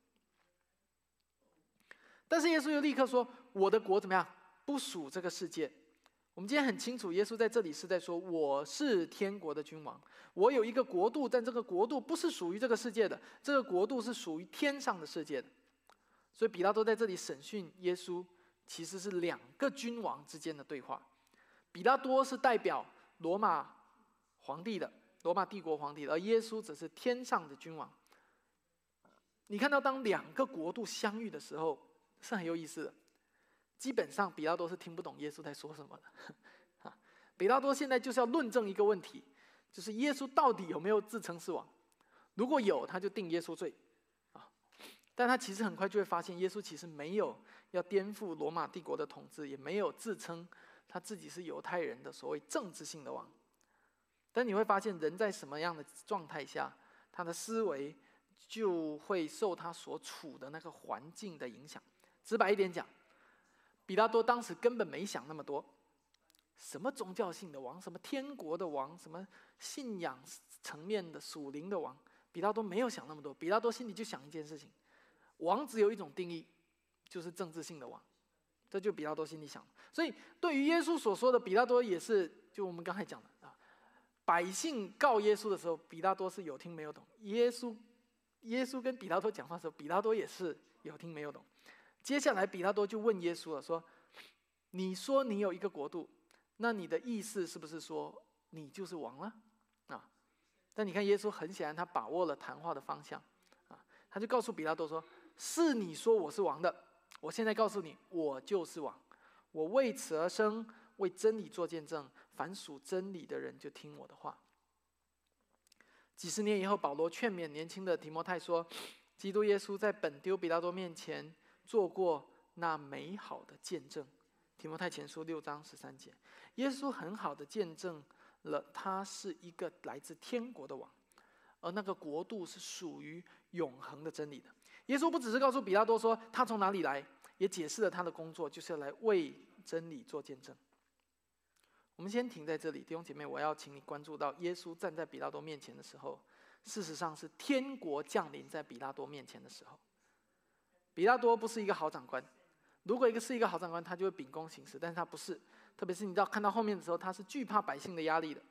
但是耶稣又立刻说：“我的国怎么样？不属这个世界。”我们今天很清楚，耶稣在这里是在说：“我是天国的君王，我有一个国度，但这个国度不是属于这个世界的，这个国度是属于天上的世界的。”所以比拉多在这里审讯耶稣，其实是两个君王之间的对话。比拉多是代表罗马皇帝的，罗马帝国皇帝的，而耶稣则是天上的君王。你看到当两个国度相遇的时候，是很有意思的。基本上比拉多是听不懂耶稣在说什么的。比拉多现在就是要论证一个问题，就是耶稣到底有没有自称是王？如果有，他就定耶稣罪。但他其实很快就会发现，耶稣其实没有要颠覆罗马帝国的统治，也没有自称他自己是犹太人的所谓政治性的王。但你会发现，人在什么样的状态下，他的思维就会受他所处的那个环境的影响。直白一点讲，比拉多当时根本没想那么多，什么宗教性的王，什么天国的王，什么信仰层面的属灵的王，比拉多没有想那么多。比拉多心里就想一件事情：王只有一种定义，就是政治性的王。这就比拉多心里想。所以对于耶稣所说的，比拉多也是，就我们刚才讲的啊，百姓告耶稣的时候，比拉多是有听没有懂；耶稣耶稣跟比拉多讲话的时候，比拉多也是有听没有懂。接下来比拉多就问耶稣了，说：“你说你有一个国度，那你的意思是不是说你就是王了？”啊，但你看耶稣很显然他把握了谈话的方向啊，他就告诉比拉多说：“是你说我是王的，我现在告诉你，我就是王，我为此而生，为真理做见证，凡属真理的人就听我的话。”几十年以后，保罗劝勉年轻的提摩太说：“基督耶稣在本丢比拉多面前做过那美好的见证。”提摩太前书六章十三节，耶稣很好的见证了他是一个来自天国的王，而那个国度是属于永恒的真理的。耶稣不只是告诉比拉多说他从哪里来，也解释了他的工作就是要来为真理做见证。我们先停在这里，弟兄姐妹，我要请你关注到耶稣站在比拉多面前的时候，事实上是天国降临在比拉多面前的时候。比拉多不是一个好长官，如果一个是一个好长官，他就会秉公行事，但是他不是。特别是你知道看到后面的时候，他是惧怕百姓的压力的。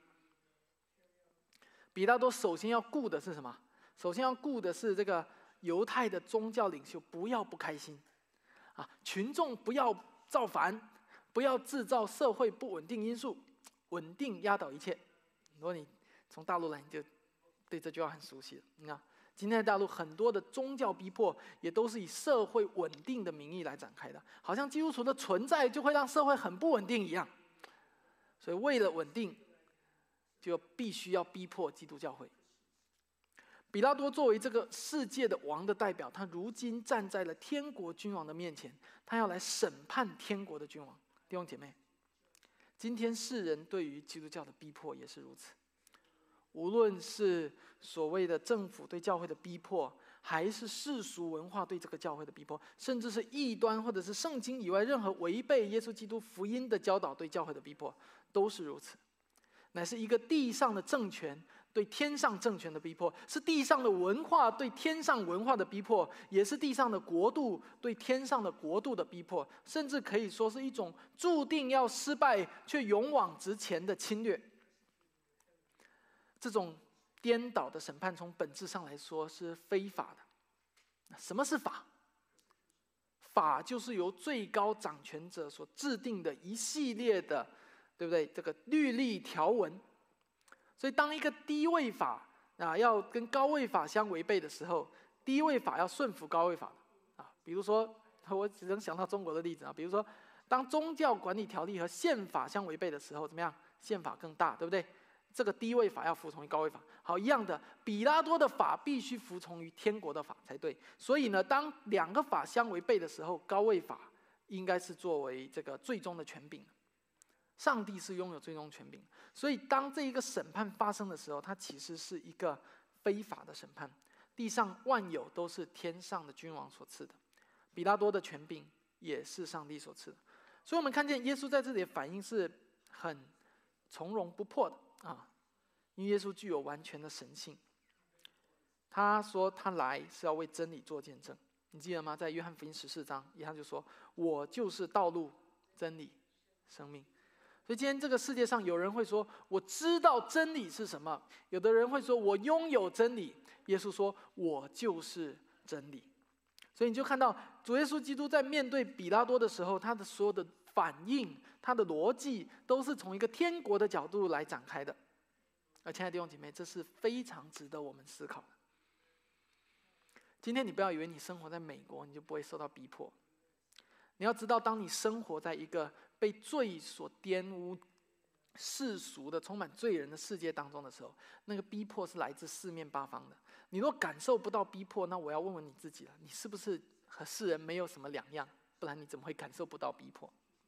比拉多首先要顾的是什么？首先要顾的是这个犹太的宗教领袖不要不开心啊，群众不要造反，不要制造社会不稳定因素，稳定压倒一切。如果你从大陆来，你就对这句话很熟悉了。你看，今天在大陆很多的宗教逼迫，也都是以社会稳定的名义来展开的，好像基督徒的存在就会让社会很不稳定一样。所以为了稳定，就必须要逼迫基督教会。比拉多作为这个世界的王的代表，他如今站在了天国君王的面前，他要来审判天国的君王。弟兄姐妹，今天世人对于基督教的逼迫也是如此。无论是所谓的政府对教会的逼迫，还是世俗文化对这个教会的逼迫，甚至是异端或者是圣经以外任何违背耶稣基督福音的教导对教会的逼迫，都是如此。乃是一个地上的政权对天上政权的逼迫，是地上的文化对天上文化的逼迫，也是地上的国度对天上的国度的逼迫，甚至可以说是一种注定要失败却勇往直前的侵略。这种颠倒的审判从本质上来说是非法的。什么是法？法就是由最高掌权者所制定的一系列的，对不对？这个律例条文。所以当一个低位法啊要跟高位法相违背的时候，低位法要顺服高位法啊。比如说，我只能想到中国的例子啊，比如说当宗教管理条例和宪法相违背的时候，怎么样？宪法更大，对不对？这个低位法要服从于高位法。好，一样的，比拉多的法必须服从于天国的法才对。所以呢，当两个法相违背的时候，高位法应该是作为这个最终的权柄。上帝是拥有最终权柄，所以当这一个审判发生的时候，它其实是一个非法的审判。地上万有都是天上的君王所赐的，比拉多的权柄也是上帝所赐的。所以我们看见耶稣在这里的反应是很从容不迫的啊，因为耶稣具有完全的神性。他说他来是要为真理做见证，你记得吗？在约翰福音十四章，约翰就说：“我就是道路、真理、生命。”所以今天这个世界上有人会说：“我知道真理是什么。”有的人会说：“我拥有真理。”耶稣说：“我就是真理。”所以你就看到主耶稣基督在面对比拉多的时候，他的所有的反应，他的逻辑都是从一个天国的角度来展开的。而亲爱的弟兄姐妹，这是非常值得我们思考的。今天你不要以为你生活在美国你就不会受到逼迫，你要知道，当你生活在一个被罪所玷污、世俗的、充满罪人的世界当中的时候，那个逼迫是来自四面八方的。你若感受不到逼迫，那我要问问你自己了，你是不是和世人没有什么两样？不然你怎么会感受不到逼迫？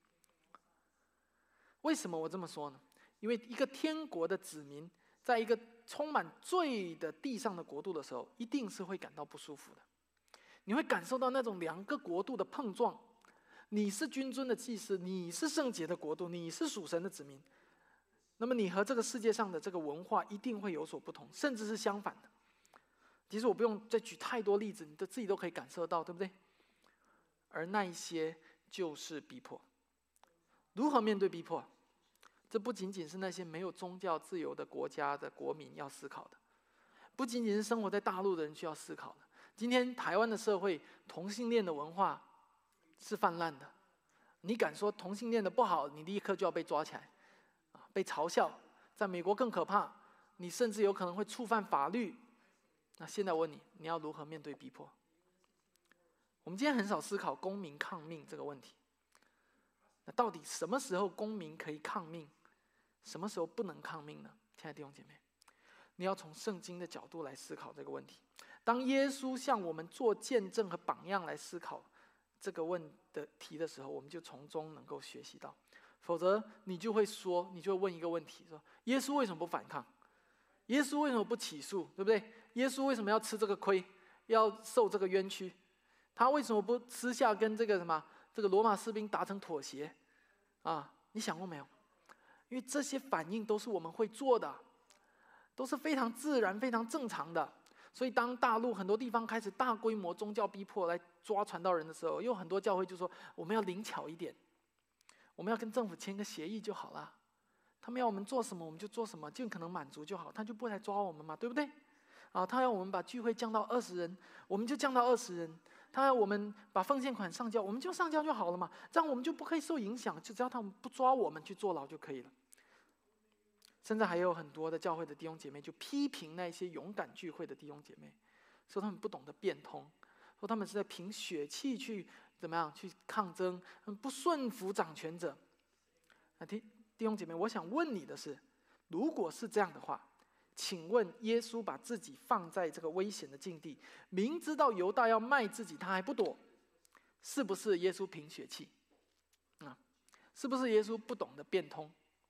为什么我这么说呢？因为一个天国的子民，在一个充满罪的地上的国度的时候，一定是会感到不舒服的。你会感受到那种两个国度的碰撞。你是君尊的祭司，你是圣洁的国度，你是属神的子民。那么你和这个世界上的这个文化一定会有所不同，甚至是相反的。其实我不用再举太多例子，你的自己都可以感受到，对不对？而那一些就是逼迫。如何面对逼迫？这不仅仅是那些没有宗教自由的国家的国民要思考的，不仅仅是生活在大陆的人需要思考的。今天台湾的社会，同性恋的文化是泛滥的。你敢说同性恋的不好，你立刻就要被抓起来，被嘲笑。在美国更可怕，你甚至有可能会触犯法律。那现在我问你，你要如何面对逼迫？我们今天很少思考公民抗命这个问题。那到底什么时候公民可以抗命，什么时候不能抗命呢？亲爱的弟兄姐妹，你要从圣经的角度来思考这个问题。当耶稣向我们做见证和榜样来思考这个问的题的时候，我们就从中能够学习到。否则你就会说，你就会问一个问题：说耶稣为什么不反抗？耶稣为什么不起诉？对不对？耶稣为什么要吃这个亏，要受这个冤屈？他为什么不私下跟这个什么这个罗马士兵达成妥协？啊，你想过没有？因为这些反应都是我们会做的，都是非常自然、非常正常的。所以当大陆很多地方开始大规模宗教逼迫来抓传道人的时候，有很多教会就说我们要灵巧一点，我们要跟政府签个协议就好了。他们要我们做什么我们就做什么，尽可能满足就好，他就不会来抓我们嘛，对不对？啊，他要我们把聚会降到二十人，我们就降到二十人。他要我们把奉献款上交，我们就上交就好了嘛，这样我们就不可以受影响，就只要他们不抓我们去坐牢就可以了。甚至还有很多的教会的弟兄姐妹就批评那些勇敢聚会的弟兄姐妹，说他们不懂得变通，说他们是在凭血气去怎么样去抗争，不顺服掌权者。那弟弟兄姐妹，我想问你的是，如果是这样的话，请问耶稣把自己放在这个危险的境地，明知道犹大要卖自己他还不躲，是不是耶稣凭血气？啊，是不是耶稣不懂得变通？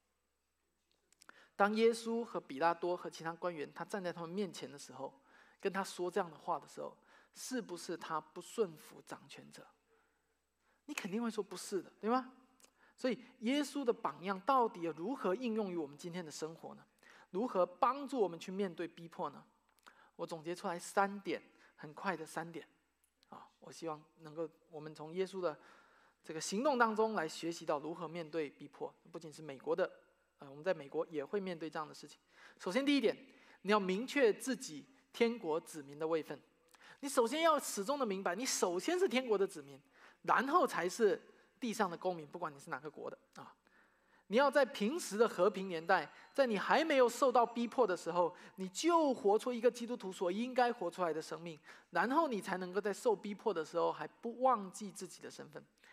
当耶稣和比拉多和其他官员他站在他们面前的时候，跟他说这样的话的时候，是不是他不顺服掌权者？你肯定会说不是的，对吗？所以耶稣的榜样到底如何应用于我们今天的生活呢？如何帮助我们去面对逼迫呢？我总结出来三点，很快的三点啊，我希望能够我们从耶稣的这个行动当中来学习到如何面对逼迫。不仅是美国的，呃，我们在美国也会面对这样的事情。首先第一点，你要明确自己天国子民的位分。你首先要始终的明白，你首先是天国的子民，然后才是地上的公民，不管你是哪个国的啊。你要在平时的和平年代，在你还没有受到逼迫的时候，你就活出一个基督徒所应该活出来的生命，然后你才能够在受逼迫的时候还不忘记自己的身份。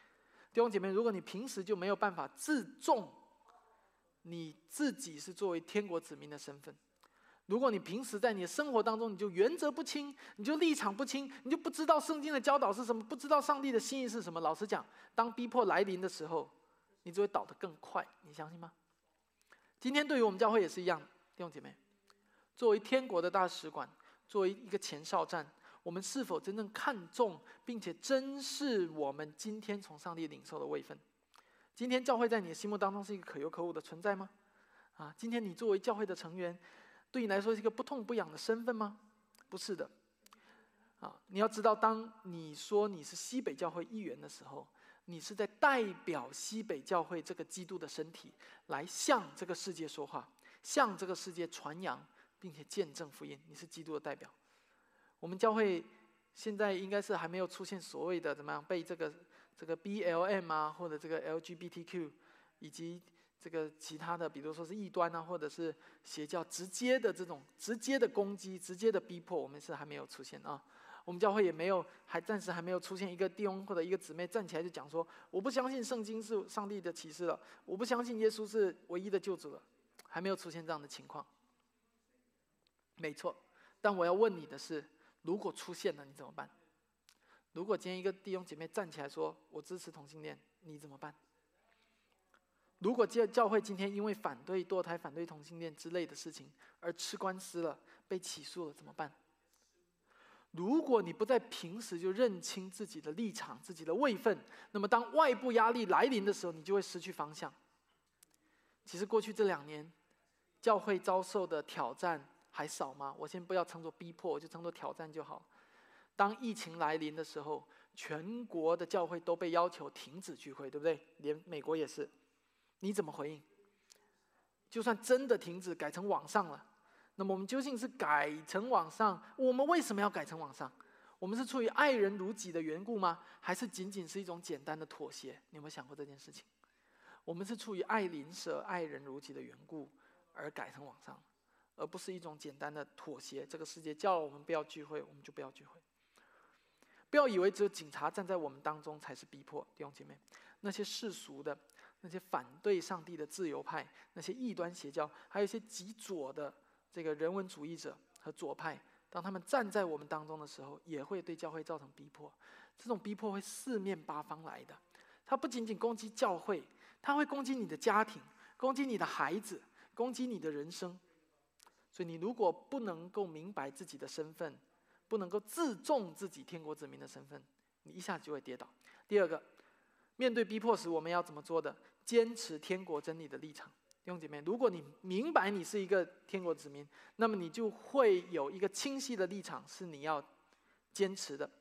弟兄姐妹，如果你平时就没有办法自重你自己是作为天国子民的身份，如果你平时在你的生活当中你就原则不清，你就立场不清，你就不知道圣经的教导是什么，不知道上帝的心意是什么，老实讲，当逼迫来临的时候，你只会倒得更快，你相信吗？今天对于我们教会也是一样，弟兄姐妹，作为天国的大使馆，作为一个前哨站，我们是否真正看重并且珍视我们今天从上帝领受的位分？今天教会在你的心目当中是一个可有可无的存在吗？啊，今天你作为教会的成员，对你来说是一个不痛不痒的身份吗？不是的。啊，你要知道，当你说你是西北教会一员的时候，你是在代表西北教会这个基督的身体，来向这个世界说话，向这个世界传扬，并且见证福音。你是基督的代表。我们教会现在应该是还没有出现所谓的怎么样被这个这个 B L M 啊，或者这个 L G B T Q 以及这个其他的，比如说是异端啊，或者是邪教直接的这种直接的攻击、直接的逼迫，我们是还没有出现啊。我们教会也没有，还暂时还没有出现一个弟兄或者一个姊妹站起来就讲说，我不相信圣经是上帝的启示了，我不相信耶稣是唯一的救主了，还没有出现这样的情况。没错，但我要问你的是，如果出现了，你怎么办？如果今天一个弟兄姐妹站起来说，我支持同性恋，你怎么办？如果教会今天因为反对堕胎、反对同性恋之类的事情而吃官司了、被起诉了，怎么办？如果你不在平时就认清自己的立场、自己的位分，那么当外部压力来临的时候，你就会失去方向。其实过去这两年，教会遭受的挑战还少吗？我先不要称作逼迫，我就称作挑战就好。当疫情来临的时候，全国的教会都被要求停止聚会，对不对？连美国也是。你怎么回应？就算真的停止，改成网上了，那么我们究竟是改成网上？我们为什么要改成网上？我们是出于爱人如己的缘故吗？还是仅仅是一种简单的妥协？你有没有想过这件事情？我们是出于爱邻舍、爱人如己的缘故而改成网上，而不是一种简单的妥协。这个世界叫我们不要聚会，我们就不要聚会。不要以为只有警察站在我们当中才是逼迫，弟兄姐妹，那些世俗的、那些反对上帝的自由派、那些异端邪教，还有一些极左的这个人文主义者和左派，当他们站在我们当中的时候，也会对教会造成逼迫。这种逼迫会四面八方来的，它不仅仅攻击教会，它会攻击你的家庭，攻击你的孩子，攻击你的人生。所以你如果不能够明白自己的身份，不能够自重自己天国子民的身份，你一下子就会跌倒。第二个，面对逼迫时，我们要怎么做的？坚持天国真理的立场。弟兄姐妹，如果你明白你是一个天国子民，那么你就会有一个清晰的立场，是你要坚持的。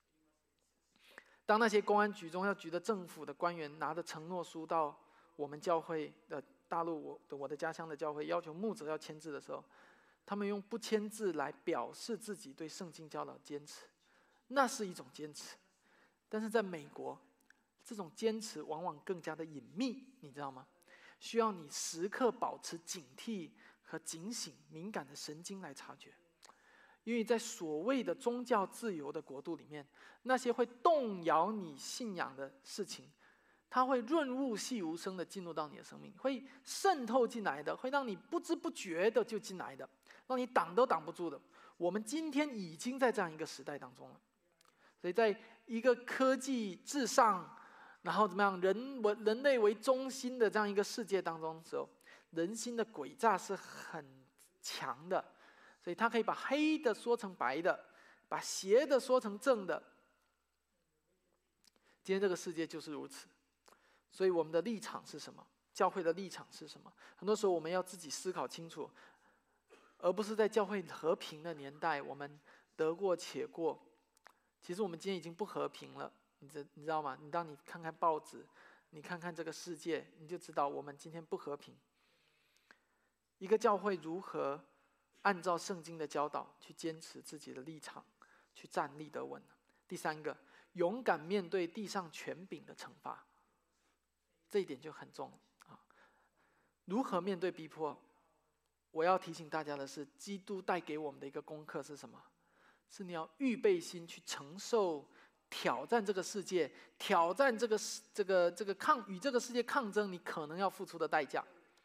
当那些公安局、中要局的政府的官员拿着承诺书到我们教会的大陆我的我的家乡的教会，要求牧者要签字的时候，他们用不签字来表示自己对圣经教导的坚持，那是一种坚持。但是在美国，这种坚持往往更加的隐秘，你知道吗？需要你时刻保持警惕和警醒、敏感的神经来察觉。因为在所谓的宗教自由的国度里面，那些会动摇你信仰的事情，它会润物细无声的进入到你的生命，会渗透进来的，会让你不知不觉的就进来的，让你挡都挡不住的。我们今天已经在这样一个时代当中了，所以在一个科技至上，然后怎么样人为人类为中心的这样一个世界当中的时候，人心的诡诈是很强的，所以它可以把黑的说成白的，把邪的说成正的。今天这个世界就是如此，所以我们的立场是什么？教会的立场是什么？很多时候我们要自己思考清楚，而不是在教会和平的年代，我们得过且过。其实我们今天已经不和平了，你知你知道吗？你当你看看报纸，你看看这个世界，你就知道我们今天不和平。一个教会如何按照圣经的教导去坚持自己的立场，去站立得稳？第三个，勇敢面对地上权柄的惩罚，这一点就很重啊。如何面对逼迫？我要提醒大家的是，基督带给我们的一个功课是什么？是你要预备心去承受挑战这个世界，挑战这个这个这个抗与这个世界抗争，你可能要付出的代价。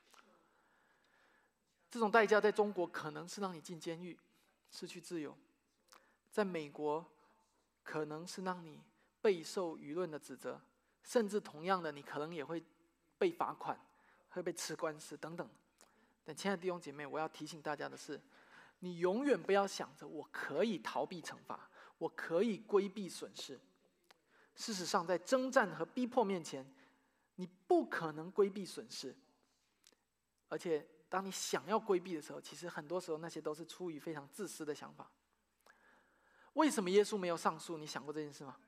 这种代价在中国可能是让你进监狱，失去自由；在美国，可能是让你备受舆论的指责，甚至同样的，你可能也会被罚款，会被吃官司等等。但亲爱的弟兄姐妹，我要提醒大家的是，你永远不要想着我可以逃避惩罚，我可以规避损失。事实上，在征战和逼迫面前，你不可能规避损失。而且，当你想要规避的时候，其实很多时候那些都是出于非常自私的想法。为什么耶稣没有上诉？你想过这件事吗？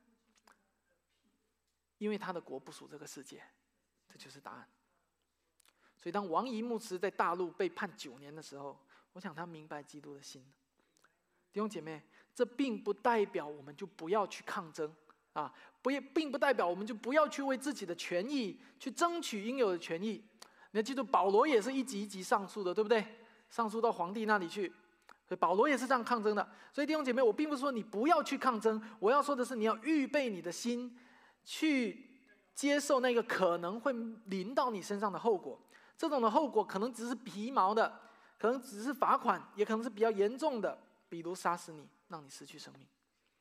因为他的国不属这个世界，这就是答案。所以当王怡牧师在大陆被判九年的时候，我想他明白基督的心。弟兄姐妹，这并不代表我们就不要去抗争啊，不也并不代表我们就不要去为自己的权益去争取应有的权益。你要记住，保罗也是一级一级上诉的，对不对？上诉到皇帝那里去，所以保罗也是这样抗争的。所以弟兄姐妹，我并不是说你不要去抗争，我要说的是你要预备你的心，去接受那个可能会临到你身上的后果。这种的后果可能只是皮毛的，可能只是罚款，也可能是比较严重的，比如杀死你，让你失去生命。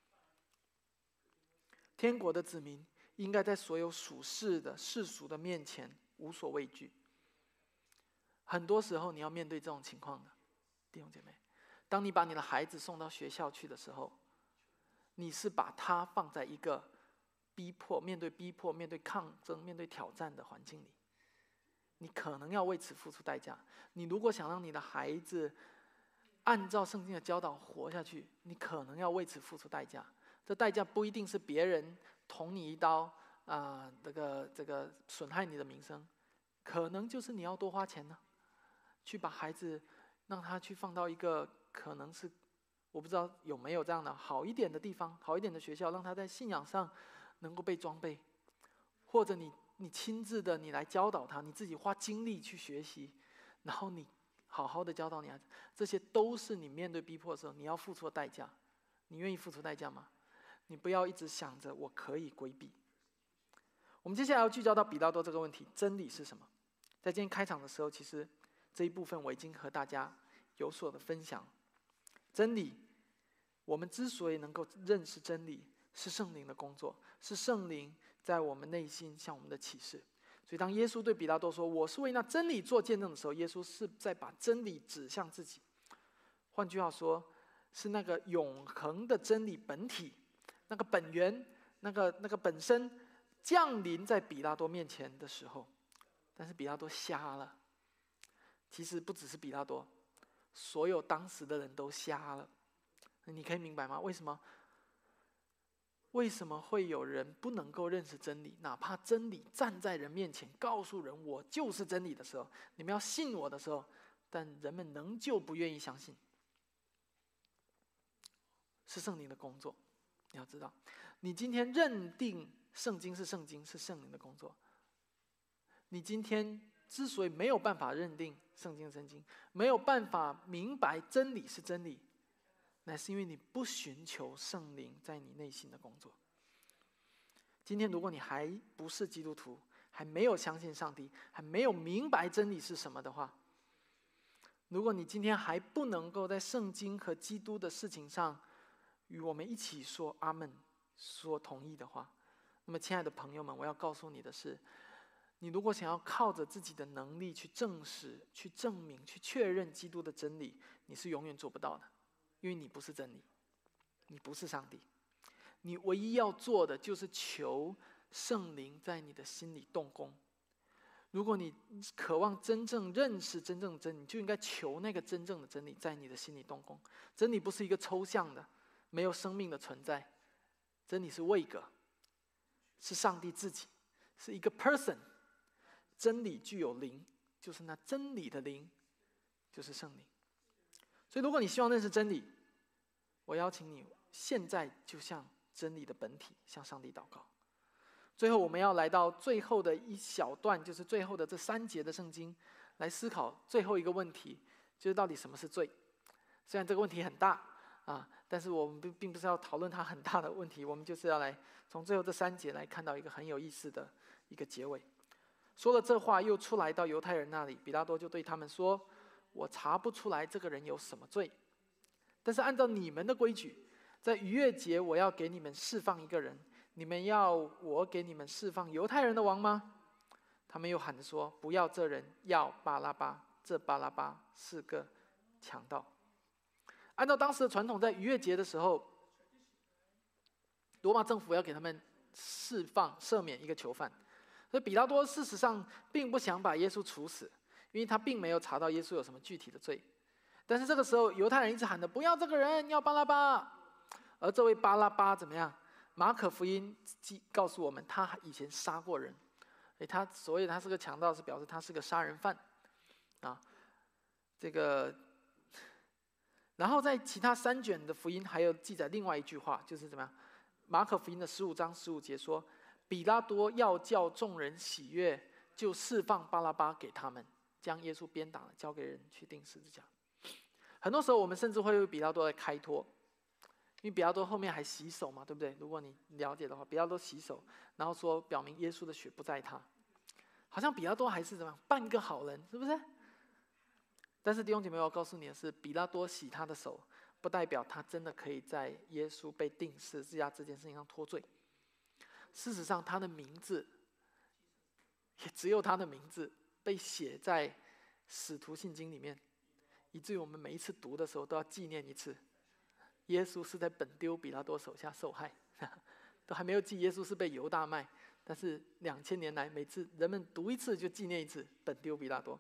天国的子民应该在所有属世的世俗的面前无所畏惧。很多时候你要面对这种情况的，弟兄姐妹，当你把你的孩子送到学校去的时候，你是把他放在一个逼迫、面对逼迫、面对抗争、面对挑战的环境里，你可能要为此付出代价。你如果想让你的孩子按照圣经的教导活下去，你可能要为此付出代价。这代价不一定是别人捅你一刀啊、呃，这个这个损害你的名声，可能就是你要多花钱呢，去把孩子让他去放到一个可能是我不知道有没有这样的好一点的地方，好一点的学校，让他在信仰上能够被装备，或者你你亲自的你来教导他，你自己花精力去学习，然后你好好的教导你孩子，这些都是你面对逼迫的时候你要付出的代价。你愿意付出代价吗？你不要一直想着我可以规避。我们接下来要聚焦到比拉多这个问题，真理是什么？在今天开场的时候，其实这一部分我已经和大家有所的分享。真理，我们之所以能够认识真理，是圣灵的工作，是圣灵在我们内心向我们的启示。所以当耶稣对比拉多说我是为那真理做见证的时候，耶稣是在把真理指向自己。换句话说，是那个永恒的真理本体，那个本源，那个那个本身降临在比拉多面前的时候，但是比拉多瞎了。其实不只是比拉多，所有当时的人都瞎了。你可以明白吗？为什么？为什么会有人不能够认识真理？哪怕真理站在人面前，告诉人我就是真理的时候，你们要信我的时候，但人们仍旧不愿意相信。是圣灵的工作。你要知道，你今天认定圣经是圣经，是圣灵的工作。你今天之所以没有办法认定圣经是圣经，没有办法明白真理是真理，乃是因为你不寻求圣灵在你内心的工作。今天如果你还不是基督徒，还没有相信上帝，还没有明白真理是什么的话，如果你今天还不能够在圣经和基督的事情上与我们一起说阿们，说同意的话，那么亲爱的朋友们，我要告诉你的是，你如果想要靠着自己的能力去证实、去证明、去确认基督的真理，你是永远做不到的，因为你不是真理，你不是上帝。你唯一要做的就是求圣灵在你的心里动工。如果你渴望真正认识真正的真理，你就应该求那个真正的真理在你的心里动工。真理不是一个抽象的没有生命的存在，真理是位格，是上帝自己，是一个 person。 真理具有灵，就是那真理的灵，就是圣灵。所以如果你希望认识真理，我邀请你现在就向真理的本体，向上帝祷告。最后我们要来到最后的一小段，就是最后的这三节的圣经，来思考最后一个问题，就是到底什么是罪。虽然这个问题很大啊，但是我们并并不是要讨论它很大的问题，我们就是要来从最后这三节来看到一个很有意思的一个结尾。说了这话，又出来到犹太人那里，比拉多就对他们说：“我查不出来这个人有什么罪，但是按照你们的规矩，在逾越节我要给你们释放一个人，你们要我给你们释放犹太人的王吗？”他们又喊着说：“不要这人，要巴拉巴。这巴拉巴是个强盗。”按照当时的传统，在逾越节的时候，罗马政府要给他们释放、赦免一个囚犯。所以比拉多事实上并不想把耶稣处死，因为他并没有查到耶稣有什么具体的罪。但是这个时候，犹太人一直喊的：“不要这个人，要巴拉巴。”而这位巴拉巴怎么样？马可福音告诉我们，他以前杀过人。诶，他所谓他是个强盗，是表示他是个杀人犯啊。这个，然后在其他三卷的福音还有记载另外一句话，就是怎么样？马可福音的十五章十五节说，比拉多要叫众人喜悦，就释放巴拉巴给他们，将耶稣鞭打了，交给人去钉十字架。很多时候我们甚至会为比拉多来开脱，因为比拉多后面还洗手嘛，对不对？如果你了解的话，比拉多洗手，然后说表明耶稣的血不在他，好像比拉多还是怎么样半个好人，是不是？但是弟兄姐妹，我要告诉你的是，比拉多洗他的手，不代表他真的可以在耶稣被钉十字架这件事情上脱罪。事实上，他的名字也只有他的名字被写在使徒信经里面，以至于我们每一次读的时候都要纪念一次，耶稣是在本丢比拉多手下受害，都还没有记耶稣是被犹大卖，但是两千年来，每次人们读一次就纪念一次本丢比拉多。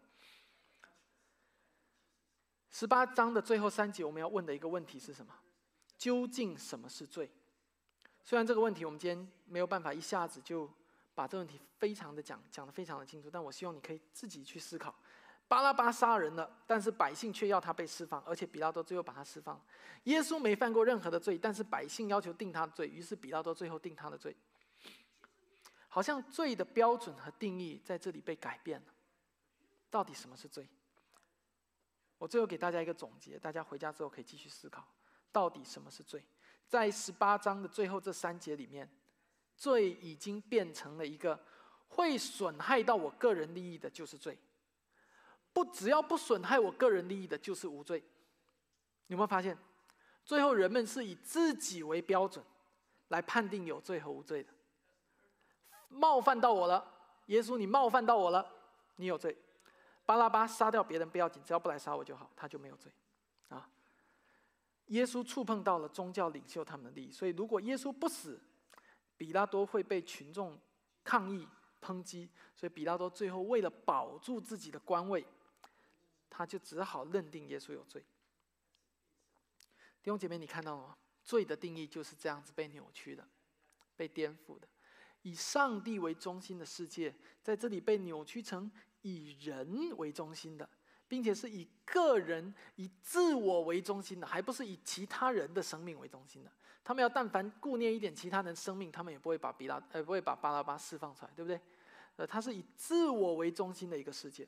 十八章的最后三节，我们要问的一个问题是什么？究竟什么是罪？虽然这个问题我们今天没有办法一下子就把这个问题非常的讲讲得非常的清楚，但我希望你可以自己去思考。巴拉巴杀人了，但是百姓却要他被释放，而且比拉多最后把他释放。耶稣没犯过任何的罪，但是百姓要求定他的罪，于是比拉多最后定他的罪。好像罪的标准和定义在这里被改变了。到底什么是罪？我最后给大家一个总结，大家回家之后可以继续思考，到底什么是罪？在十八章的最后这三节里面，罪已经变成了一个会损害到我个人利益的，就是罪。不，只要不损害我个人利益的，就是无罪。你有没有发现，最后人们是以自己为标准来判定有罪和无罪的？冒犯到我了，耶稣，你冒犯到我了，你有罪。巴拉巴杀掉别人不要紧，只要不来杀我就好，他就没有罪啊。耶稣触碰到了宗教领袖他们的利益，所以如果耶稣不死，比拉多会被群众抗议抨击，所以比拉多最后为了保住自己的官位，他就只好认定耶稣有罪。弟兄姐妹，你看到了吗？罪的定义就是这样子被扭曲的，被颠覆的。以上帝为中心的世界，在这里被扭曲成以人为中心的，并且是以个人、以自我为中心的，还不是以其他人的生命为中心的。他们要但凡顾念一点其他人生命，他们也不会把比拉，呃，不会把巴拉巴释放出来，对不对？呃，它是以自我为中心的一个世界。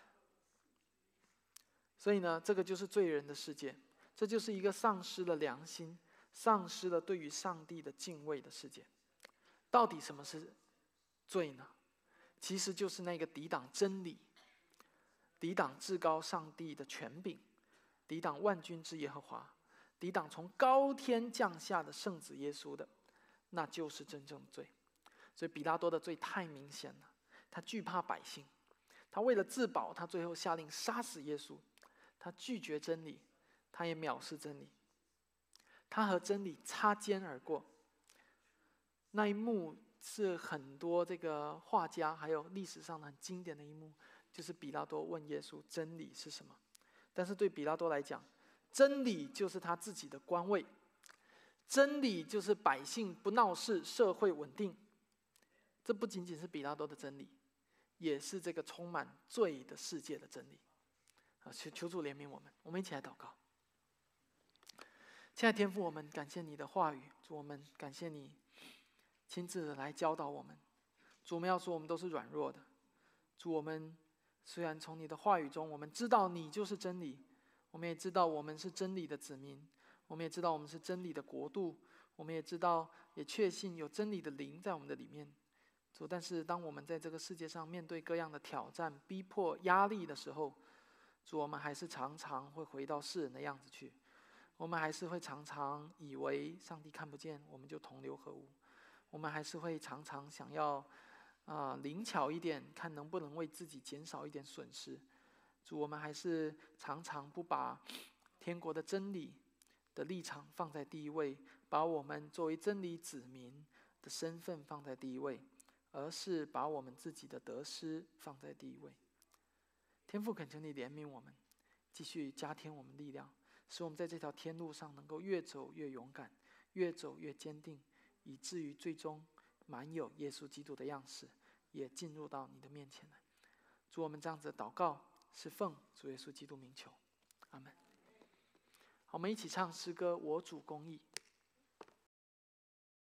所以呢，这个就是罪人的世界，这就是一个丧失了良心、丧失了对于上帝的敬畏的世界。到底什么是罪呢？其实就是那个抵挡真理、抵挡至高上帝的权柄、抵挡万军之耶和华、抵挡从高天降下的圣子耶稣的，那就是真正的罪。所以比拉多的罪太明显了，他惧怕百姓，他为了自保，他最后下令杀死耶稣。他拒绝真理，他也藐视真理，他和真理擦肩而过。那一幕是很多这个画家还有历史上的很经典的一幕，就是比拉多问耶稣真理是什么。但是对比拉多来讲，真理就是他自己的官位，真理就是百姓不闹事，社会稳定。这不仅仅是比拉多的真理，也是这个充满罪的世界的真理。求求主怜悯我们，我们一起来祷告。亲爱的天父，我们感谢你的话语，主，我们感谢你亲自的来教导我们。主，我们要说我们都是软弱的。主，我们虽然从你的话语中，我们知道你就是真理，我们也知道我们是真理的子民， 我们也知道我们是真理的国度，我们也知道也确信有真理的灵在我们的里面。主，但是当我们在这个世界上面对各样的挑战、逼迫、压力的时候，主，我们还是常常会回到世人的样子去，我们还是会常常以为上帝看不见，我们就同流合污，我们还是会常常想要啊、呃、灵巧一点，看能不能为自己减少一点损失。主，我们还是常常不把天国的真理的立场放在第一位，把我们作为真理子民的身份放在第一位，而是把我们自己的得失放在第一位。天父，恳求你怜悯我们，继续加添我们力量，使我们在这条天路上能够越走越勇敢，越走越坚定，以至于最终满有耶稣基督的样式，也进入到你的面前来。主，我们这样子的祷告是奉主耶稣基督名求，阿们。好，我们一起唱诗歌《我主公义》。